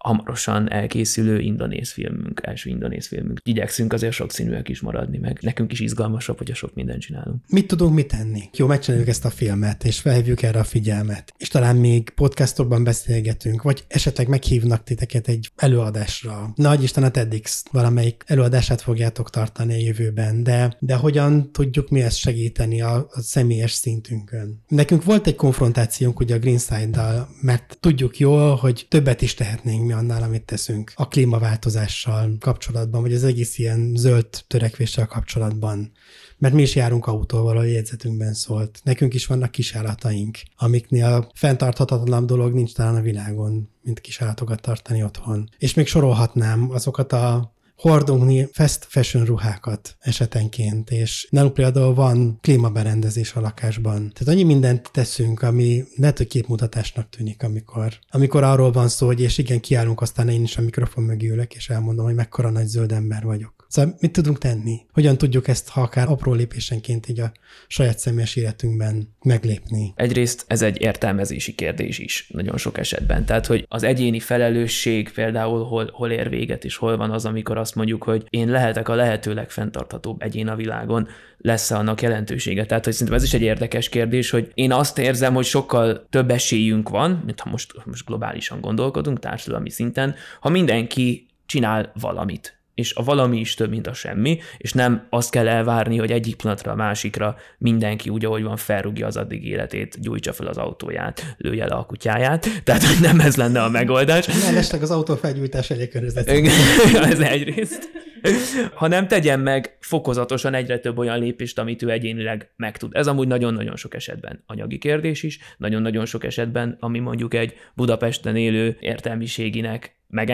hamarosan elkészülő indonéz filmünk, első indonéz filmünk. Igyekszünk azért sokszínűek is maradni, meg nekünk is izgalmasabb, hogy a sok mindent csinálunk. Mit tudunk mit tenni? Jó, megcsináljuk ezt a filmet, és felhívjuk erre a figyelmet. És talán még podcastokban beszélgetünk, vagy esetleg meghívnak titeket egy előadásra. Nagy Isten a TEDx valamelyik előadását fogjátok tartani a jövőben, de hogyan tudjuk mi ezt segíteni a személyes szintünkön? Nekünk volt egy konfrontációnk ugye a Greenside-dal, mert tudjuk jól, hogy többet is tehetnénk mi annál, amit teszünk a klímaváltozással kapcsolatban, vagy az egész ilyen zöld törekvéssel kapcsolatban. Mert mi is járunk autóval, a jegyzetünkben szólt. Nekünk is vannak kisállataink, amiknél fenntarthatatlanabb dolog nincs talán a világon, mint kisállatokat tartani otthon. És még sorolhatnám azokat a hordunk fast fashion ruhákat esetenként, és nálunk például van klímaberendezés a lakásban. Tehát annyi mindent teszünk, ami lehet, hogy képmutatásnak tűnik, amikor arról van szó, hogy és igen, kiállunk, aztán én is a mikrofon mögé ülök, és elmondom, hogy mekkora nagy zöld ember vagyok. Szóval mit tudunk tenni? Hogyan tudjuk ezt, ha akár apró lépésenként így a saját személyes életünkben meglépni? Egyrészt ez egy értelmezési kérdés is nagyon sok esetben. Tehát, hogy az egyéni felelősség például hol ér véget, és hol van az, amikor azt mondjuk, hogy én lehetek a lehető legfenntarthatóbb egyén a világon, lesz-e annak jelentősége? Tehát, hogy szerintem ez is egy érdekes kérdés, hogy én azt érzem, hogy sokkal több esélyünk van, mint ha most globálisan gondolkodunk, társadalmi szinten, ha mindenki csinál valamit. És a valami is több, mint a semmi, és nem azt kell elvárni, hogy egyik pillanatra a másikra mindenki úgy, ahogy van, felrúgja az addig életét, gyújtsa fel az autóját, lője le a kutyáját, tehát hogy nem ez lenne a megoldás. Mellesleg az autó felgyújtás elég körözet. Ez egyrészt. Hanem tegyen meg fokozatosan egyre több olyan lépést, amit ő egyénileg megtud. Ez amúgy nagyon-nagyon sok esetben anyagi kérdés is, nagyon-nagyon sok esetben, ami mondjuk egy Budapesten élő értelmiséginek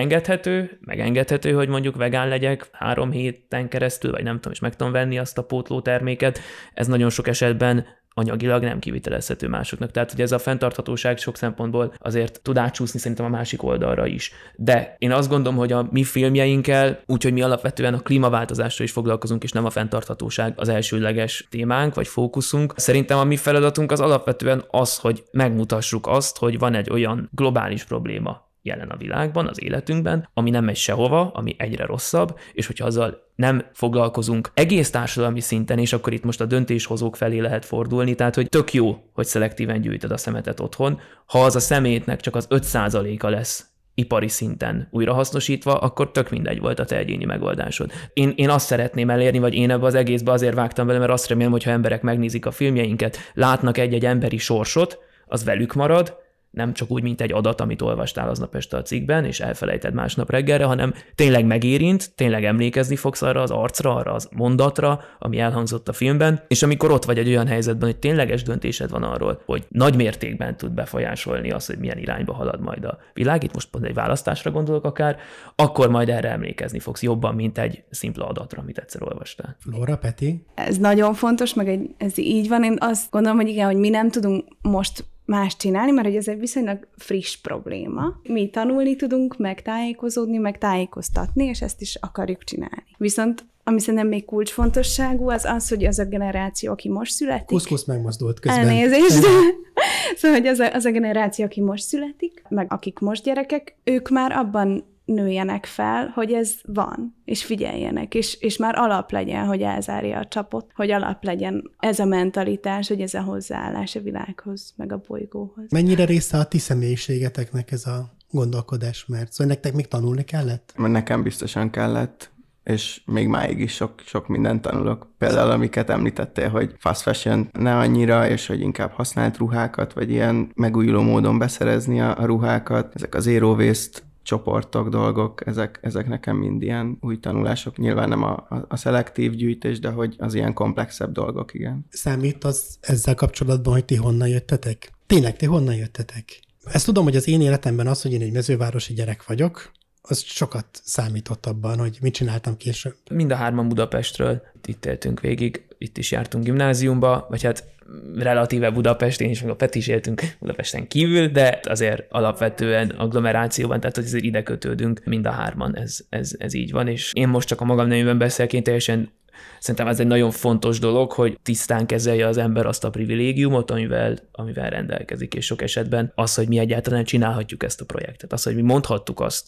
megengedhető, hogy mondjuk vegán legyek 3 héten keresztül, vagy nem tudom, és meg tudom venni azt a pótlóterméket. Ez nagyon sok esetben anyagilag nem kivitelezhető másoknak. Tehát, hogy ez a fenntarthatóság sok szempontból azért tud átsúszni szerintem a másik oldalra is. De én azt gondolom, hogy a mi filmjeinkkel, úgyhogy mi alapvetően a klímaváltozással is foglalkozunk, és nem a fenntarthatóság az elsődleges témánk, vagy fókuszunk. Szerintem a mi feladatunk az alapvetően az, hogy megmutassuk azt, hogy van egy olyan globális probléma jelen a világban, az életünkben, ami nem megy sehova, ami egyre rosszabb, és hogyha azzal nem foglalkozunk egész társadalmi szinten, és akkor itt most a döntéshozók felé lehet fordulni, tehát hogy tök jó, hogy szelektíven gyűjtöd a szemetet otthon, ha az a szemétnek csak az 5%-a lesz ipari szinten újrahasznosítva, akkor tök mindegy volt a te egyéni megoldásod. Én azt szeretném elérni, vagy én ebbe az egészbe azért vágtam bele, mert azt remélem, hogy ha emberek megnézik a filmjeinket, látnak egy-egy emberi sorsot, az velük marad, nem csak úgy, mint egy adat, amit olvastál aznap este a cikkben, és elfelejted másnap reggelre, hanem tényleg megérint, tényleg emlékezni fogsz arra az arcra, arra az mondatra, ami elhangzott a filmben, és amikor ott vagy egy olyan helyzetben, hogy tényleges döntésed van arról, hogy nagy mértékben tud befolyásolni azt, hogy milyen irányba halad majd a világ, itt most pont egy választásra gondolok akár, akkor majd erre emlékezni fogsz jobban, mint egy szimpla adatra, amit egyszer olvastál. Flóra, Peti? Ez nagyon fontos, meg ez így van. Én azt gondolom, hogy igen, hogy mi nem tudunk most más csinálni, mert hogy ez egy viszonylag friss probléma. Mi tanulni tudunk, meg tájékozódni, meg tájékoztatni, és ezt is akarjuk csinálni. Viszont ami szerintem még kulcsfontosságú, az, hogy az a generáció, aki most születik. Kuszkusz megmozdult közben. Elnézést. Szóval, hogy az a generáció, aki most születik, meg akik most gyerekek, ők már abban nőjenek fel, hogy ez van, és figyeljenek, és már alap legyen, hogy elzárja a csapot, hogy alap legyen ez a mentalitás, hogy ez a hozzáállás a világhoz, meg a bolygóhoz. Mennyire része a ti személyiségeteknek ez a gondolkodás, mert szóval nektek még tanulni kellett? Nekem biztosan kellett, és még máig is sok mindent tanulok. Például, amiket említettél, hogy fast fashion ne annyira, és hogy inkább használt ruhákat, vagy ilyen megújuló módon beszerezni a ruhákat. Ezek az zero waste csoportok, dolgok, ezek nekem mind ilyen új tanulások. Nyilván nem a szelektív gyűjtés, de hogy az ilyen komplexebb dolgok, igen. Számít az ezzel kapcsolatban, hogy ti honnan jöttetek? Tényleg, ti honnan jöttetek? Ezt tudom, hogy az én életemben az, hogy én egy mezővárosi gyerek vagyok, az sokat számított abban, hogy mit csináltam később. Mind a 3 Budapestről itt éltünk végig, itt is jártunk gimnáziumba, vagy hát relatíve Budapestén is, meg a Peti is éltünk Budapesten kívül, de azért alapvetően agglomerációban, tehát hogy azért ide kötődünk mind a 3-an, ez így van, és én most csak a magam nevében beszélek, én teljesen szerintem ez egy nagyon fontos dolog, hogy tisztán kezelje az ember azt a privilégiumot, amivel rendelkezik, és sok esetben az, hogy mi egyáltalán csinálhatjuk ezt a projektet, az, hogy mi mondhattuk azt,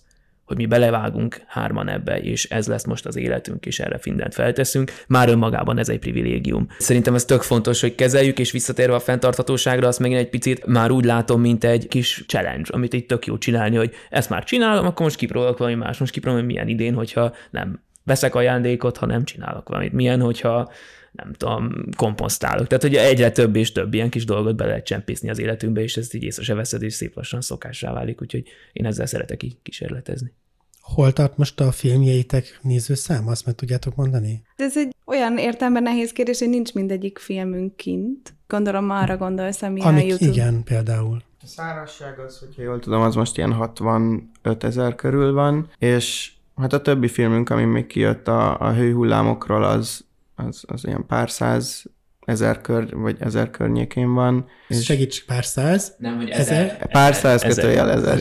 hogy mi belevágunk hárman ebbe, és ez lesz most az életünk, és erre mindent felteszünk, már önmagában ez egy privilégium. Szerintem ez tök fontos, hogy kezeljük, és visszatérve a fenntarthatóságra, azt megint egy picit már úgy látom, mint egy kis challenge, amit itt tök jó csinálni, hogy ezt már csinálom, akkor most kipróbálok valami más, most kipróbálom, hogy milyen idén, hogyha nem veszek ajándékot, ha nem csinálok valamit, milyen, hogyha nem tudom, komposztálok. Tehát, hogy egyre több és több ilyen kis dolgot be lehet csempészni az életünkbe, és ezt így észre se veszed, és szép lassan szokássá válik, úgyhogy én ezzel szeretek így kísérletezni. Hol tart most a filmjeitek nézőszáma, azt meg tudjátok mondani? Ez egy olyan értelemben nehéz kérdés, hogy nincs mindegyik filmünk kint. Gondolom arra gondolsz, ami a YouTube. Igen, például. A szárazság az, hogyha jól tudom, az most ilyen 65 000 körül van, és hát a többi filmünk, ami még kijött a hőhullámokról, az olyan pár 100 000 vagy 1000 környékén van. És segíts, pár 100? Nem, hogy 1000? Pár 100 kötőjel 1000,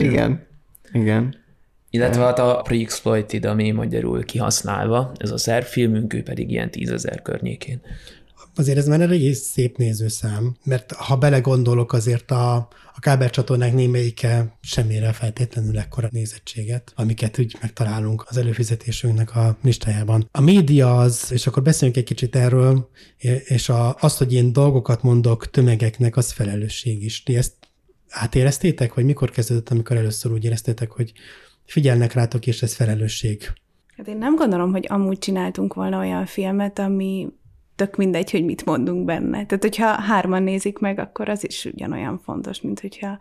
igen. Illetve hát a Pre-Exploited, ami magyarul kihasználva, ez a szerb filmünk, ő pedig ilyen 10 000 környékén. Azért ez már egy egész szép nézőszám, mert ha belegondolok, azért a kábelcsatornák némelyike semmire feltétlenül ekkora nézettséget, amiket úgy megtalálunk az előfizetésünknek a listájában. A média az, és akkor beszéljünk egy kicsit erről, és azt, hogy én dolgokat mondok tömegeknek, az felelősség is. Ti ezt átéreztétek, vagy mikor kezdődött, amikor először úgy éreztétek, hogy figyelnek rátok, és ez felelősség? Hát én nem gondolom, hogy amúgy csináltunk volna olyan filmet, ami tök mindegy, hogy mit mondunk benne. Tehát, hogyha 3 nézik meg, akkor az is ugyanolyan fontos, mint hogyha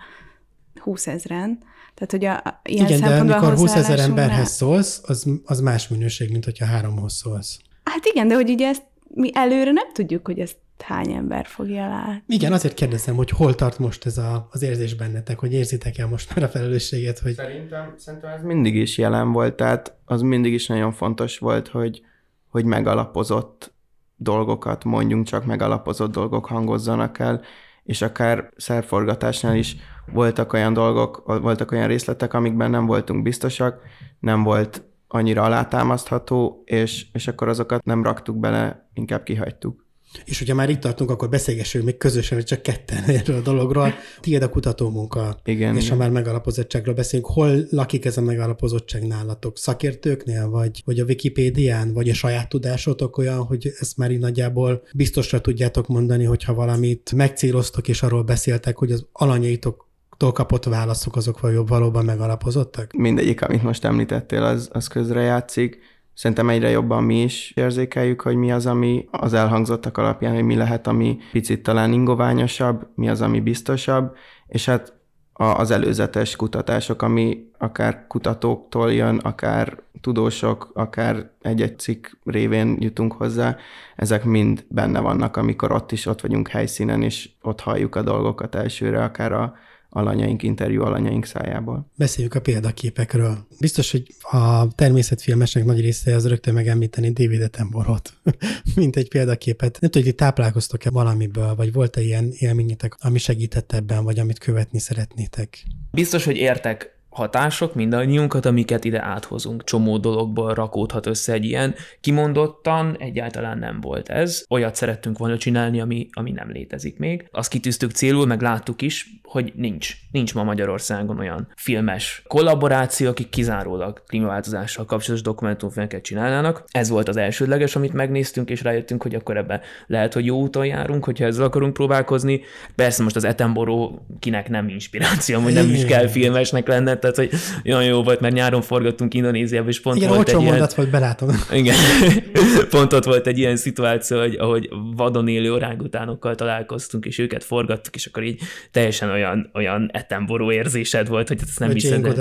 20 000. Tehát, hogy ilyen igen, de amikor 20 000 emberhez szólsz, az más minőség, mint hogyha 3-hoz szólsz. Hát igen, de hogy ugye ezt mi előre nem tudjuk, hogy ezt hány ember fogja látni. Igen, azért kérdezem, hogy hol tart most ez az érzés bennetek, hogy érzitek-e most már a felelősséget, hogy... Szerintem ez mindig is jelen volt, tehát az mindig is nagyon fontos volt, hogy megalapozott dolgokat mondjunk, csak megalapozott dolgok hangozzanak el, és akár szerforgatásnál is voltak olyan részletek, amikben nem voltunk biztosak, nem volt annyira alátámasztható, és akkor azokat nem raktuk bele, inkább kihagytuk. És hogyha már itt tartunk, akkor beszélgessünk még közösen, hogy csak ketten erről a dologról. Tiéd a kutatómunka. Igen, és ha már megalapozottságról beszélünk, hol lakik ez a megalapozottság nálatok? Szakértőknél, vagy a Wikipédián, vagy a saját tudásotok olyan, hogy ezt már így nagyjából biztosra tudjátok mondani, hogyha valamit megcéloztok, és arról beszéltek, hogy az alanyaitoktól kapott válaszok azok valóban megalapozottak? Mindegyik, amit most említettél, az közrejátszik. Szerintem egyre jobban mi is érzékeljük, hogy mi az, ami az elhangzottak alapján, hogy mi lehet, ami picit talán ingoványosabb, mi az, ami biztosabb, és hát az előzetes kutatások, ami akár kutatóktól jön, akár tudósok, akár egy-egy cikk révén jutunk hozzá, ezek mind benne vannak, amikor ott vagyunk helyszínen, és ott halljuk a dolgokat elsőre, akár a interjú alanyaink szájából. Beszéljük a példaképekről. Biztos, hogy a természetfilmesnek nagy része az rögtön megemlíteni David Attenborough-t, mint egy példaképet. Nem tudom, hogy táplálkoztok-e valamiből, vagy volt-e ilyen élményetek, ami segített ebben, vagy amit követni szeretnétek? Biztos, hogy értek hatások mindannyiunkat, amiket ide áthozunk. Csomó dologból rakódhat össze egy ilyen. Kimondottan egyáltalán nem volt ez. Olyat szerettünk volna csinálni, ami nem létezik még. Azt kitűztük célul, meg láttuk is, hogy nincs ma Magyarországon olyan filmes kollaboráció, akik kizárólag klímaváltozással kapcsolatos dokumentumfilmeket csinálnának. Ez volt az elsődleges, amit megnéztünk, és rájöttünk, hogy akkor ebben lehet, hogy jó úton járunk, hogyha ezzel akarunk próbálkozni. Persze most az Attenborough kinek nem inspiráció, hogy nem is kell filmesnek lenne, tehát hogy nagyon jó volt, mert nyáron forgattunk Indonéziába, és pont igen, volt egy ilyen... volt, belátom. Igen, pont ott volt egy ilyen szituáció, ahogy vadon élő orángutánokkal találkoztunk, és őket forgattuk, és akkor így teljesen olyan Attenborough érzésed volt, hogy ezt nem hiszed,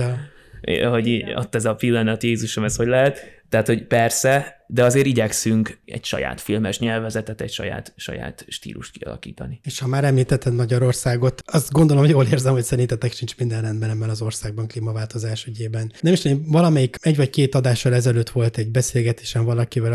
hogy ott ez a pillanat, Jézusom, ez hogy lehet. Tehát, hogy persze, de azért igyekszünk egy saját filmes nyelvezetet, egy saját stílust kialakítani. És ha már említetted Magyarországot, azt gondolom, hogy jól érzem, hogy szerintetek sincs minden rendben ebben az országban klímaváltozás ügyében. Nem is tudom, valamelyik 1 vagy 2 adással ezelőtt volt egy beszélgetésem valakivel, aki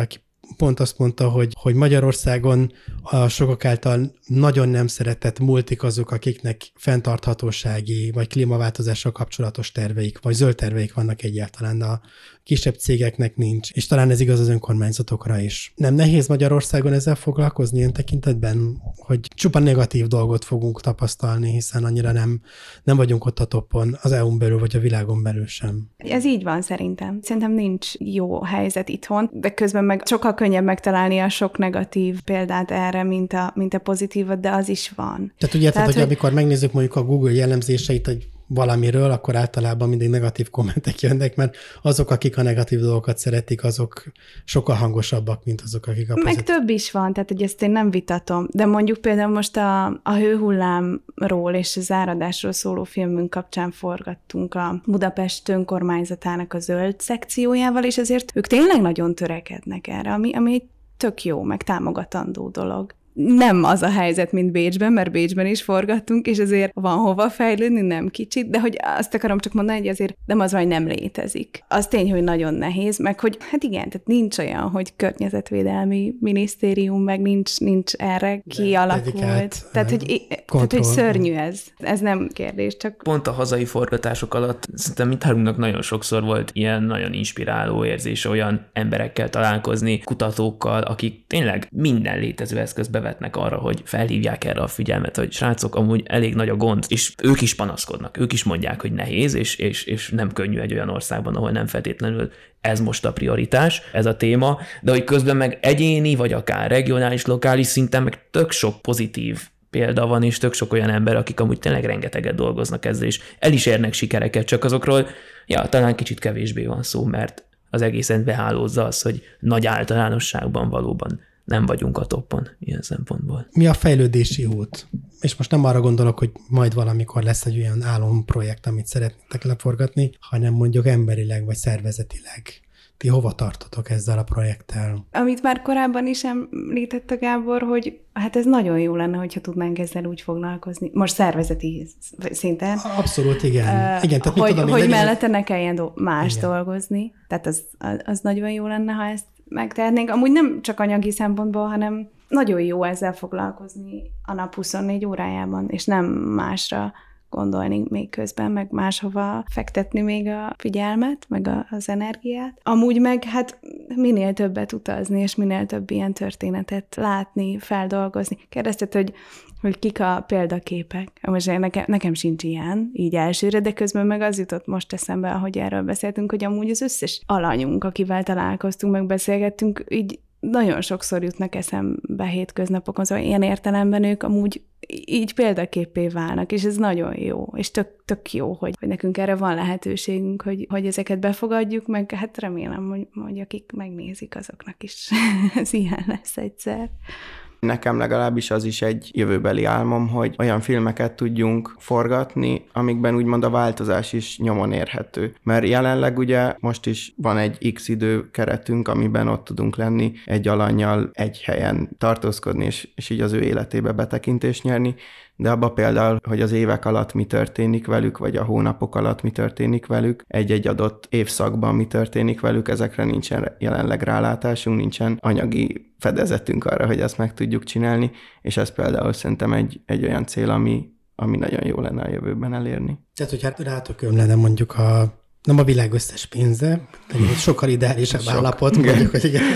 pont azt mondta, hogy Magyarországon a sokak által nagyon nem szeretett multik azok, akiknek fenntarthatósági vagy klímaváltozással kapcsolatos terveik, vagy zöld terveik vannak egyáltalán, a kisebb cégeknek nincs, és talán ez igaz az önkormányzatokra is. Nem nehéz Magyarországon ezzel foglalkozni ilyen tekintetben, hogy csupa negatív dolgot fogunk tapasztalni, hiszen annyira nem vagyunk ott a toppon, az EU-n belül, vagy a világon belül sem. Ez így van szerintem. Szerintem nincs jó helyzet itthon, de közben meg sokkal könnyebb megtalálni a sok negatív példát erre, mint a pozitívat, de az is van. Tehát úgy érted, hogy amikor megnézzük mondjuk a Google jellemzéseit, hogy valamiről, akkor általában mindig negatív kommentek jönnek, mert azok, akik a negatív dolgokat szeretik, azok sokkal hangosabbak, mint azok, akik a pozitív. Meg több is van, tehát hogy ezt én nem vitatom, de mondjuk például most a hőhullámról és az áradásról szóló filmünk kapcsán forgattunk a Budapest önkormányzatának a zöld szekciójával, és azért ők tényleg nagyon törekednek erre, ami egy tök jó, meg támogatandó dolog. Nem az a helyzet, mint Bécsben, mert Bécsben is forgattunk, és azért van hova fejlődni, nem kicsit, de hogy azt akarom csak mondani, hogy azért nem az, hogy nem létezik. Az tény, hogy nagyon nehéz, meg hogy hát igen, tehát nincs olyan, hogy környezetvédelmi minisztérium, meg nincs erre kialakult. Tehát, hogy szörnyű ez. Ez nem kérdés, csak... Pont a hazai forgatások alatt szerintem mindhármunknak nagyon sokszor volt ilyen nagyon inspiráló érzés, olyan emberekkel találkozni, kutatókkal, akik tényleg minden létező eszközbe vetnek arra, hogy felhívják erre a figyelmet, hogy srácok, amúgy elég nagy a gond, és ők is panaszkodnak, ők is mondják, hogy nehéz, és nem könnyű egy olyan országban, ahol nem feltétlenül ez most a prioritás, ez a téma, de hogy közben meg egyéni, vagy akár regionális, lokális szinten meg tök sok pozitív példa van, és tök sok olyan ember, akik amúgy tényleg rengeteget dolgoznak ezzel, és el is érnek sikereket, csak azokról, talán kicsit kevésbé van szó, mert az egészen behálózza az, hogy nagy általánosságban valóban nem vagyunk a toppon ilyen szempontból. Mi a fejlődési út? És most nem arra gondolok, hogy majd valamikor lesz egy olyan álomprojekt, amit szeretnétek leforgatni, hanem mondjuk emberileg vagy szervezetileg. Ti hova tartotok ezzel a projekttel? Amit már korábban is említett a Gábor, hogy hát ez nagyon jó lenne, hogyha tudnánk ezzel úgy foglalkozni. Most szervezeti szinten. Abszolút, igen. Igen, tehát hogy mellette ne kelljen más dolgozni. Tehát az nagyon jó lenne, ha ezt megtehetnénk. Amúgy nem csak anyagi szempontból, hanem nagyon jó ezzel foglalkozni a nap 24 órájában, és nem másra gondolni még közben, meg máshova fektetni még a figyelmet, meg az energiát. Amúgy meg hát minél többet utazni, és minél több ilyen történetet látni, feldolgozni. Kérdezted, hogy kik a példaképek. Most nekem sincs ilyen, így elsőre, de közben meg az jutott most eszembe, ahogy erről beszéltünk, hogy amúgy az összes alanyunk, akivel találkoztunk, meg beszélgettünk, így nagyon sokszor jutnak eszembe hétköznapokon, szóval ilyen értelemben ők amúgy így példaképpé válnak, és ez nagyon jó, és tök jó, hogy nekünk erre van lehetőségünk, hogy ezeket befogadjuk, meg hát remélem, hogy akik megnézik, azoknak is ez ilyen lesz egyszer. Nekem legalábbis az is egy jövőbeli álmom, hogy olyan filmeket tudjunk forgatni, amikben úgymond a változás is nyomon érhető. Mert jelenleg ugye most is van egy X időkeretünk, amiben ott tudunk lenni egy alannyal egy helyen tartózkodni, és így az ő életébe betekintést nyerni, de abba például, hogy az évek alatt mi történik velük, vagy a hónapok alatt mi történik velük, egy-egy adott évszakban mi történik velük, ezekre nincsen jelenleg rálátásunk, nincsen anyagi fedezetünk arra, hogy ezt meg tudjuk csinálni, és ez például szerintem egy olyan cél, ami nagyon jó lenne a jövőben elérni. Tehát, hogy hát rátok lenne mondjuk nem a világ összes pénze, egy sokkal ideálisabb állapot, mondjuk, hogy igen.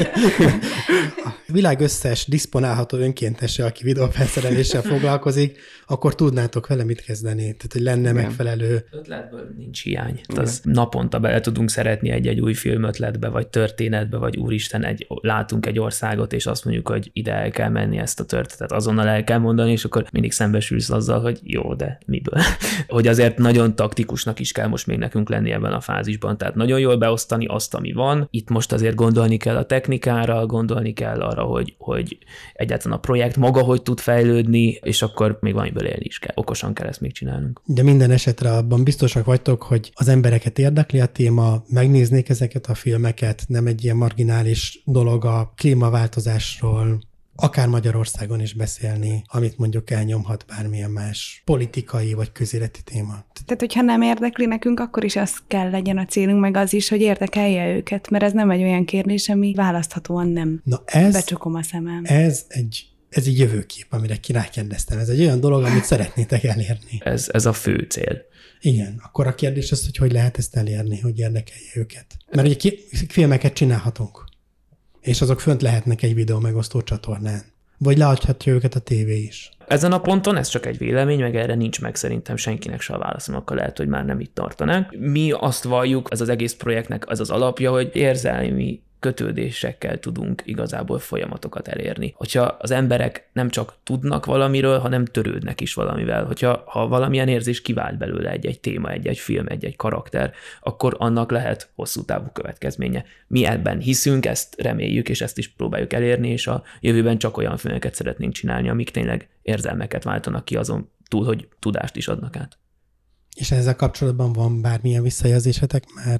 A világ összes diszponálható önkéntese, aki videófelszereléssel foglalkozik, akkor tudnátok vele mit kezdeni. Tehát, hogy lenne megfelelő... Ötletből nincs hiány. Az naponta bele tudunk szeretni egy új filmötletbe, vagy történetbe, vagy úristen, látunk egy országot, és azt mondjuk, hogy ide el kell menni ezt a történetet, azonnal el kell mondani, és akkor mindig szembesülsz azzal, hogy jó, de miből? Hogy azért nagyon taktikusnak is kell most még nekünk lenni ebben a fázisban, tehát nagyon jól beosztani azt, ami van. Itt most azért gondolni kell a technikára, gondolni kell arra, hogy egyáltalán a projekt maga hogy tud fejlődni, és akkor még valamiből élni is kell. Okosan kell ezt még csinálnunk. De minden esetre abban biztosak vagytok, hogy az embereket érdekli a téma, megnéznék ezeket a filmeket, nem egy ilyen marginális dolog a klímaváltozásról akár Magyarországon is beszélni, amit mondjuk elnyomhat bármilyen más politikai vagy közéleti téma. Tehát, hogyha nem érdekli nekünk, akkor is az kell legyen a célunk, meg az is, hogy érdekelje őket, mert ez nem egy olyan kérdés, ami választhatóan nem becsukom a szemem. Ez egy jövőkép, amire rákérdeztem. Ez egy olyan dolog, amit szeretnétek elérni. Ez a fő cél. Igen, akkor a kérdés az, hogy lehet ezt elérni, hogy érdekelje őket. Mert ugye filmeket csinálhatunk, és azok fönt lehetnek egy videó megosztó csatornán. Vagy leadhatja őket a tévé is. Ezen a ponton ez csak egy vélemény, meg erre nincs meg szerintem senkinek se a válaszom, akkor lehet, hogy már nem itt tartanánk. Mi azt valljuk, ez az egész projektnek az az alapja, hogy érzelmi kötődésekkel tudunk igazából folyamatokat elérni. Hogyha az emberek nem csak tudnak valamiről, hanem törődnek is valamivel. Ha valamilyen érzés kivált belőle egy téma, egy film, egy karakter, akkor annak lehet hosszú távú következménye. Mi ebben hiszünk, ezt reméljük, és ezt is próbáljuk elérni, és a jövőben csak olyan filmeket szeretnénk csinálni, amik tényleg érzelmeket váltanak ki azon túl, hogy tudást is adnak át. És ezzel kapcsolatban van bármilyen visszajelzésetek már?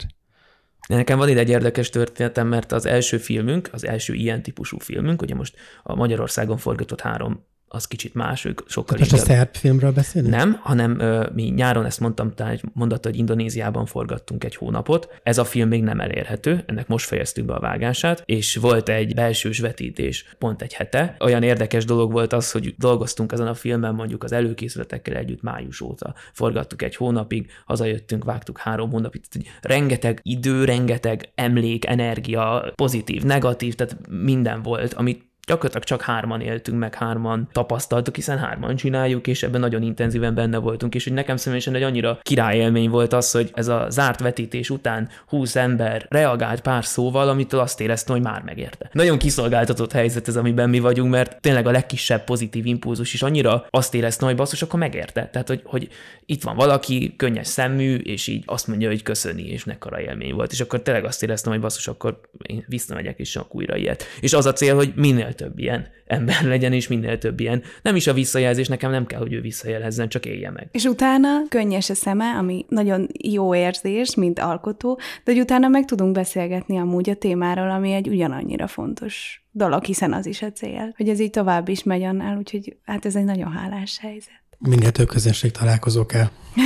Nekem van ide egy érdekes történetem, mert az első filmünk, az első ilyen típusú filmünk, ugye most a Magyarországon forgatott 3, az kicsit más, ők sokkal inkább... Most a szerb filmről beszélünk? Nem, hanem mi nyáron ezt mondtam, talán egy mondat, hogy Indonéziában forgattunk egy hónapot. Ez a film még nem elérhető, ennek most fejeztük be a vágását, és volt egy belsős vetítés pont egy hete. Olyan érdekes dolog volt az, hogy dolgoztunk ezen a filmen mondjuk az előkészületekkel együtt május óta. Forgattuk egy hónapig, hazajöttünk, vágtuk 3 hónapig. Rengeteg idő, rengeteg emlék, energia, pozitív, negatív, tehát minden volt, amit gyakorlatilag csak 3-an éltünk, meg 3-an tapasztaltuk, hiszen 3-an csináljuk, és ebben nagyon intenzíven benne voltunk, és hogy nekem személyesen egy annyira királyélmény volt az, hogy ez a zárt vetítés után 20 ember reagált pár szóval, amitől azt éreztem, hogy már megérte. Nagyon kiszolgáltatott helyzet ez, amiben mi vagyunk, mert tényleg a legkisebb pozitív impulzus is annyira azt éreztem, hogy basszus, akkor megérte. Tehát, hogy itt van valaki, könnyes szemmű, és így azt mondja, hogy köszöni, és mekkora élmény volt. És akkor tényleg azt éreztem, hogy basszus, akkor én visszamegyek, és csak újra ilyet. És az a cél, hogy minél több ilyen ember legyen, és minél több ilyen. Nem is a visszajelzés, nekem nem kell, hogy ő visszajelezzen, csak élje meg. És utána könnyes a szeme, ami nagyon jó érzés, mint alkotó, de utána meg tudunk beszélgetni amúgy a témáról, ami egy ugyanannyira fontos dolog, hiszen az is a cél, hogy ez így tovább is megy annál, úgyhogy hát ez egy nagyon hálás helyzet. Minél több közönség találkozó kell.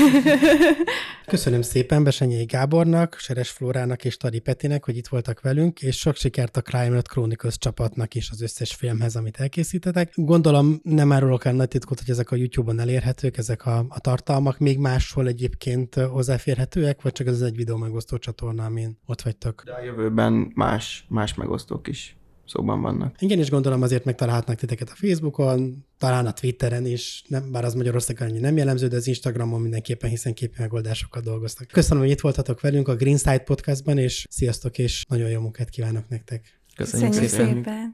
Köszönöm szépen Besenyei Gábornak, Seres Flórának és Tari Petinek, hogy itt voltak velünk, és sok sikert a Crime Not Chronicles csapatnak is az összes filmhez, amit elkészítetek. Gondolom nem árulok el nagy titkot, hogy ezek a YouTube-on elérhetők, ezek a tartalmak még máshol egyébként hozzáférhetőek, vagy csak ez egy videó megosztó csatorna, amin ott vagytok? De a jövőben más megosztók is szóban vannak. Igen, és gondolom azért megtalálhatnak titeket a Facebookon, talán a Twitteren is, bár az Magyarországon annyi nem jellemző, de az Instagramon mindenképpen, hiszen képi megoldásokkal dolgoztak. Köszönöm, hogy itt voltatok velünk a Green Side Podcastban, és sziasztok, és nagyon jó munkát kívánok nektek. Köszönjük szépen!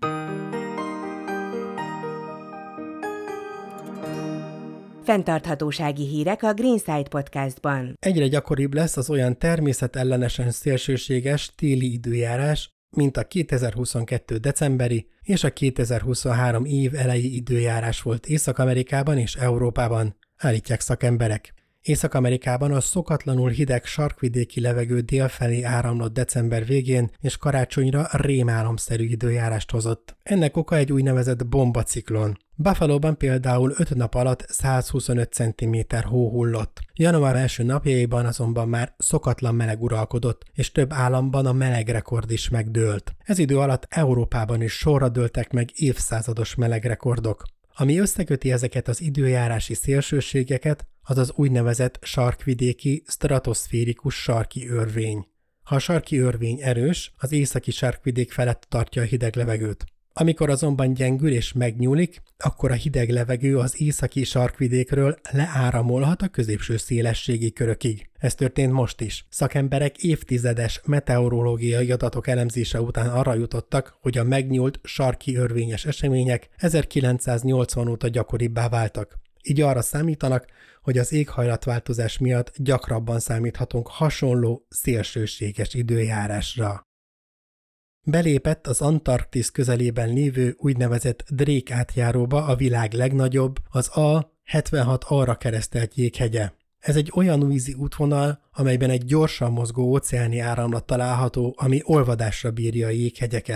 Fenntarthatósági hírek a Green Side Podcastban. Egyre gyakoribb lesz az olyan természetellenesen szélsőséges téli időjárás, mint a 2022. decemberi és a 2023 év eleji időjárás volt Észak-Amerikában és Európában, állítják szakemberek. Észak-Amerikában a szokatlanul hideg sarkvidéki levegő délfelé áramlott december végén, és karácsonyra rémálomszerű időjárást hozott. Ennek oka egy úgynevezett bombaciklon. Buffalóban például 5 nap alatt 125 cm hó hullott. Január első napjaiban azonban már szokatlan meleg uralkodott, és több államban a melegrekord is megdőlt. Ez idő alatt Európában is sorra dőltek meg évszázados melegrekordok. Ami összeköti ezeket az időjárási szélsőségeket, az az úgynevezett sarkvidéki stratoszférikus sarki örvény. Ha a sarki örvény erős, az északi sarkvidék felett tartja a hideg levegőt. Amikor azonban gyengül és megnyúlik, akkor a hideg levegő az északi sarkvidékről leáramolhat a középső szélességi körökig. Ez történt most is. Szakemberek évtizedes meteorológiai adatok elemzése után arra jutottak, hogy a megnyúlt sarki örvényes események 1980 óta gyakoribbá váltak. Így arra számítanak, hogy az éghajlatváltozás miatt gyakrabban számíthatunk hasonló szélsőséges időjárásra. Belépett az Antarktisz közelében lévő úgynevezett Drake átjáróba a világ legnagyobb, az A76-arra keresztelt jéghegye. Ez egy olyan vízi útvonal, amelyben egy gyorsan mozgó óceáni áramlat található, ami olvadásra bírja a jéghegyeket.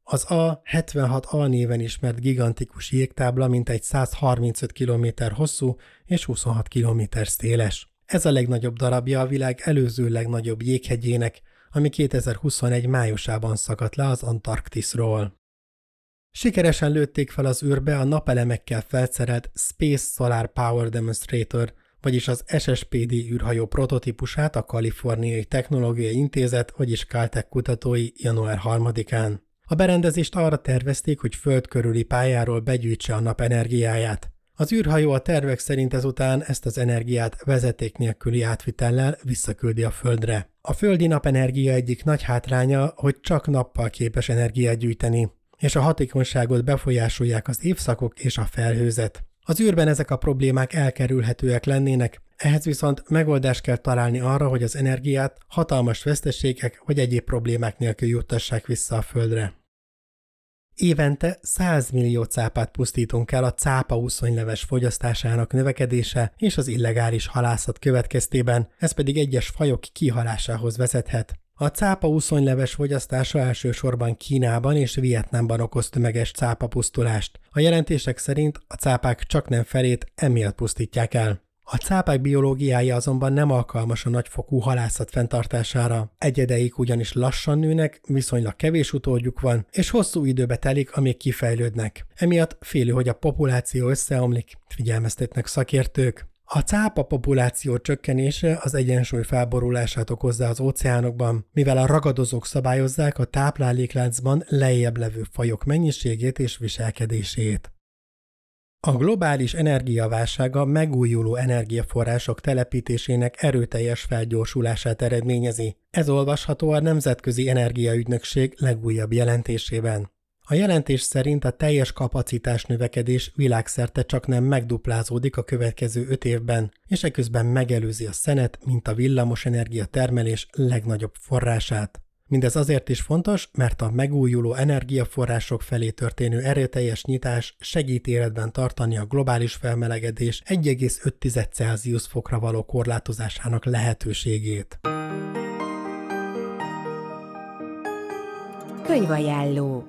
Az A76A néven ismert gigantikus jégtábla mintegy 135 km hosszú és 26 km széles. Ez a legnagyobb darabja a világ előző legnagyobb jéghegyének, ami 2021 májusában szakadt le az Antarktiszról. Sikeresen lőtték fel az űrbe a napelemekkel felszerelt Space Solar Power Demonstrator, vagyis az SSPD űrhajó prototípusát a Kaliforniai Technológiai Intézet, vagyis Caltech kutatói január 3-án. A berendezést arra tervezték, hogy föld körüli pályáról begyűjtse a nap energiáját. Az űrhajó a tervek szerint ezután ezt az energiát vezeték nélküli átvitellel visszaküldi a Földre. A földi napenergia egyik nagy hátránya, hogy csak nappal képes energiát gyűjteni, és a hatékonyságot befolyásolják az évszakok és a felhőzet. Az űrben ezek a problémák elkerülhetőek lennének, ehhez viszont megoldást kell találni arra, hogy az energiát hatalmas veszteségek vagy egyéb problémák nélkül juttassák vissza a Földre. Évente 100 millió cápát pusztítunk el a cápaúszonyleves fogyasztásának növekedése és az illegális halászat következtében, ez pedig egyes fajok kihalásához vezethet. A cápaúszonyleves fogyasztása elsősorban Kínában és Vietnámban okoz tömeges cápapusztulást. A jelentések szerint a cápák csaknem felét emiatt pusztítják el. A cápák biológiája azonban nem alkalmas a nagyfokú halászat fenntartására. Egyedeik ugyanis lassan nőnek, viszonylag kevés utódjuk van, és hosszú időbe telik, amíg kifejlődnek. Emiatt félő, hogy a populáció összeomlik, figyelmeztetnek szakértők. A cápa populáció csökkenése az egyensúly felborulását okozza az óceánokban, mivel a ragadozók szabályozzák a táplálékláncban lejjebb levő fajok mennyiségét és viselkedését. A globális energiaválsága megújuló energiaforrások telepítésének erőteljes felgyorsulását eredményezi. Ez olvasható a Nemzetközi Energiaügynökség legújabb jelentésében. A jelentés szerint a teljes kapacitás növekedés világszerte csaknem megduplázódik a következő 5 évben, és eközben megelőzi a szenet, mint a villamosenergia termelés legnagyobb forrását. Mindez azért is fontos, mert a megújuló energiaforrások felé történő erőteljes nyitás segít életben tartani a globális felmelegedés 1,5 Celsius fokra való korlátozásának lehetőségét. Könyvajánló.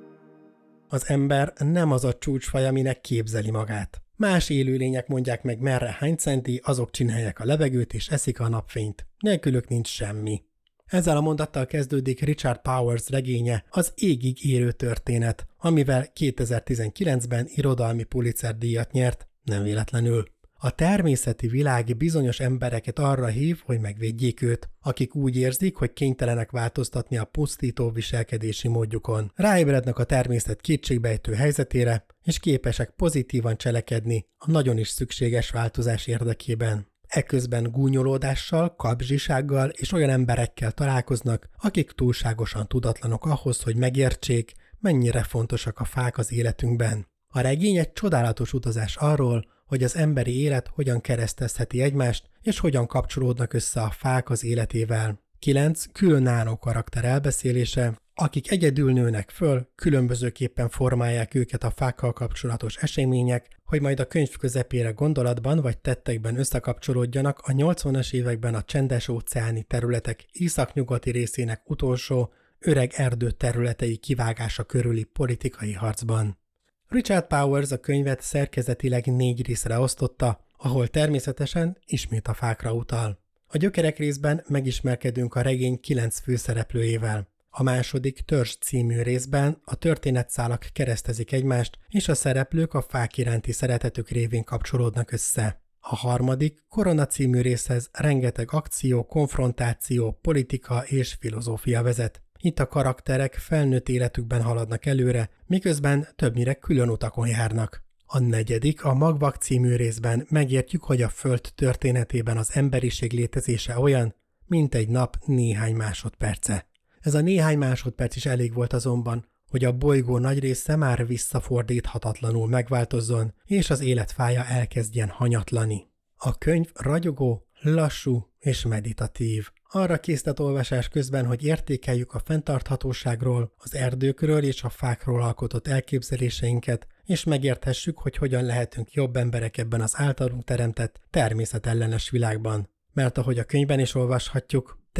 Az ember nem az a csúcsfaj, aminek képzeli magát. Más élőlények mondják meg merre hány centi, azok csinálják a levegőt és eszik a napfényt. Nélkülük nincs semmi. Ezzel a mondattal kezdődik Richard Powers regénye, az Égig érő történet, amivel 2019-ben irodalmi Pulitzer-díjat nyert, nem véletlenül. A természeti világ bizonyos embereket arra hív, hogy megvédjék őt, akik úgy érzik, hogy kénytelenek változtatni a pusztító viselkedési módjukon. Ráébrednek a természet kétségbejtő helyzetére, és képesek pozitívan cselekedni a nagyon is szükséges változás érdekében. Eközben gúnyolódással, kapzsisággal és olyan emberekkel találkoznak, akik túlságosan tudatlanok ahhoz, hogy megértsék, mennyire fontosak a fák az életünkben. A regény egy csodálatos utazás arról, hogy az emberi élet hogyan keresztezheti egymást, és hogyan kapcsolódnak össze a fák az életével. 9 különálló karakter elbeszélése, akik egyedül nőnek föl, különbözőképpen formálják őket a fákkal kapcsolatos események, hogy majd a könyv közepére gondolatban vagy tettekben összekapcsolódjanak a 80-as években a csendes-óceáni területek északnyugati részének utolsó, öreg erdő területei kivágása körüli politikai harcban. Richard Powers a könyvet szerkezetileg 4 részre osztotta, ahol természetesen ismét a fákra utal. A gyökerek részben megismerkedünk a regény 9 főszereplőjével. A második Törzs című részben a történetszálak keresztezik egymást, és a szereplők a fák iránti szeretetük révén kapcsolódnak össze. A harmadik Korona című részhez rengeteg akció, konfrontáció, politika és filozófia vezet. Itt a karakterek felnőtt életükben haladnak előre, miközben többnyire külön utakon járnak. A negyedik, a Magvak című részben megértjük, hogy a Föld történetében az emberiség létezése olyan, mint egy nap néhány másodperce. Ez a néhány másodperc is elég volt azonban, hogy a bolygó nagy része már visszafordíthatatlanul megváltozzon, és az életfája elkezdjen hanyatlani. A könyv ragyogó, lassú és meditatív. Arra késztet olvasás közben, hogy értékeljük a fenntarthatóságról, az erdőkről és a fákról alkotott elképzeléseinket, és megérthessük, hogy hogyan lehetünk jobb emberek ebben az általunk teremtett természetellenes világban. Mert ahogy a könyvben is olvashatjuk, te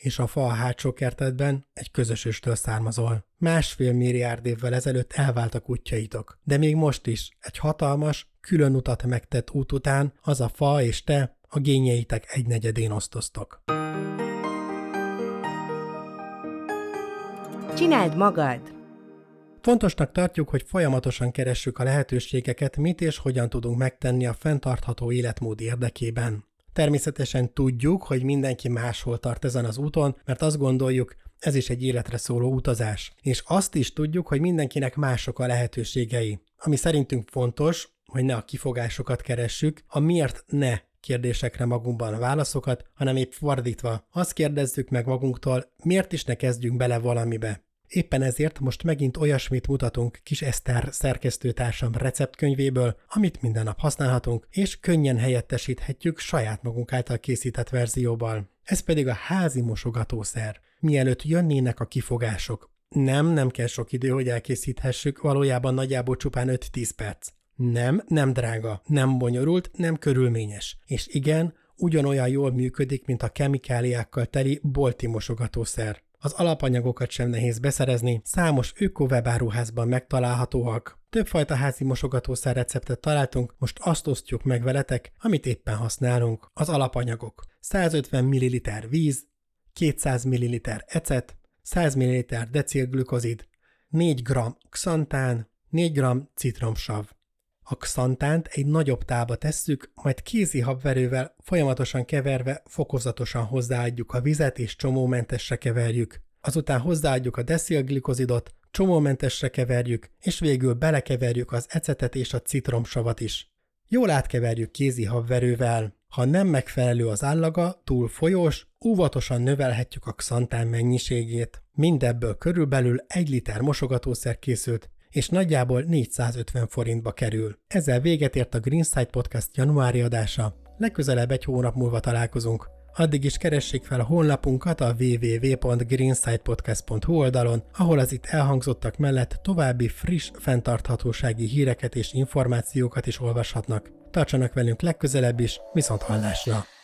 és a fa a hátsó kertedben egy közös őstől származol. 1,5 milliárd évvel ezelőtt elváltak útjaitok, de még most is egy hatalmas, külön utat megtett út után az a fa és te a génjeitek 1/4-én osztoztok. Csináld magad! Fontosnak tartjuk, hogy folyamatosan keressük a lehetőségeket, mit és hogyan tudunk megtenni a fenntartható életmód érdekében. Természetesen tudjuk, hogy mindenki máshol tart ezen az úton, mert azt gondoljuk, ez is egy életre szóló utazás. És azt is tudjuk, hogy mindenkinek mások a lehetőségei. Ami szerintünk fontos, hogy ne a kifogásokat keressük, a miért ne kérdésekre magunkban válaszokat, hanem épp fordítva. Azt kérdezzük meg magunktól, miért is ne kezdjünk bele valamibe. Éppen ezért most megint olyasmit mutatunk Kis Eszter szerkesztőtársam receptkönyvéből, amit minden nap használhatunk, és könnyen helyettesíthetjük saját magunk által készített verzióval. Ez pedig a házi mosogatószer. Mielőtt jönnének a kifogások. Nem kell sok idő, hogy elkészíthessük, valójában nagyjából csupán 5-10 perc. Nem drága, nem bonyolult, nem körülményes. És igen, ugyanolyan jól működik, mint a kemikáliákkal teli bolti mosogatószer. Az alapanyagokat sem nehéz beszerezni, számos öko-webáruházban megtalálhatóak. Többfajta házi mosogatószer receptet találtunk, most azt osztjuk meg veletek, amit éppen használunk. Az alapanyagok: 150 ml víz, 200 ml ecet, 100 ml decilglükozid, 4 g xantán, 4 g citromsav. A xantánt egy nagyobb tálba tesszük, majd kézi habverővel folyamatosan keverve fokozatosan hozzáadjuk a vizet és csomómentesre keverjük. Azután hozzáadjuk a decilglikozidot, csomómentesre keverjük, és végül belekeverjük az ecetet és a citromsavat is. Jól átkeverjük kézi habverővel. Ha nem megfelelő az állaga, túl folyós, óvatosan növelhetjük a xantán mennyiségét. Mindebből körülbelül 1 liter mosogatószer készült, és nagyjából 450 forintba kerül. Ezzel véget ért a Greenside Podcast januári adása. Legközelebb egy hónap múlva találkozunk. Addig is keressék fel a honlapunkat a www.greensidepodcast.hu oldalon, ahol az itt elhangzottak mellett további friss fenntarthatósági híreket és információkat is olvashatnak. Tartsanak velünk legközelebb is, viszonthallásra!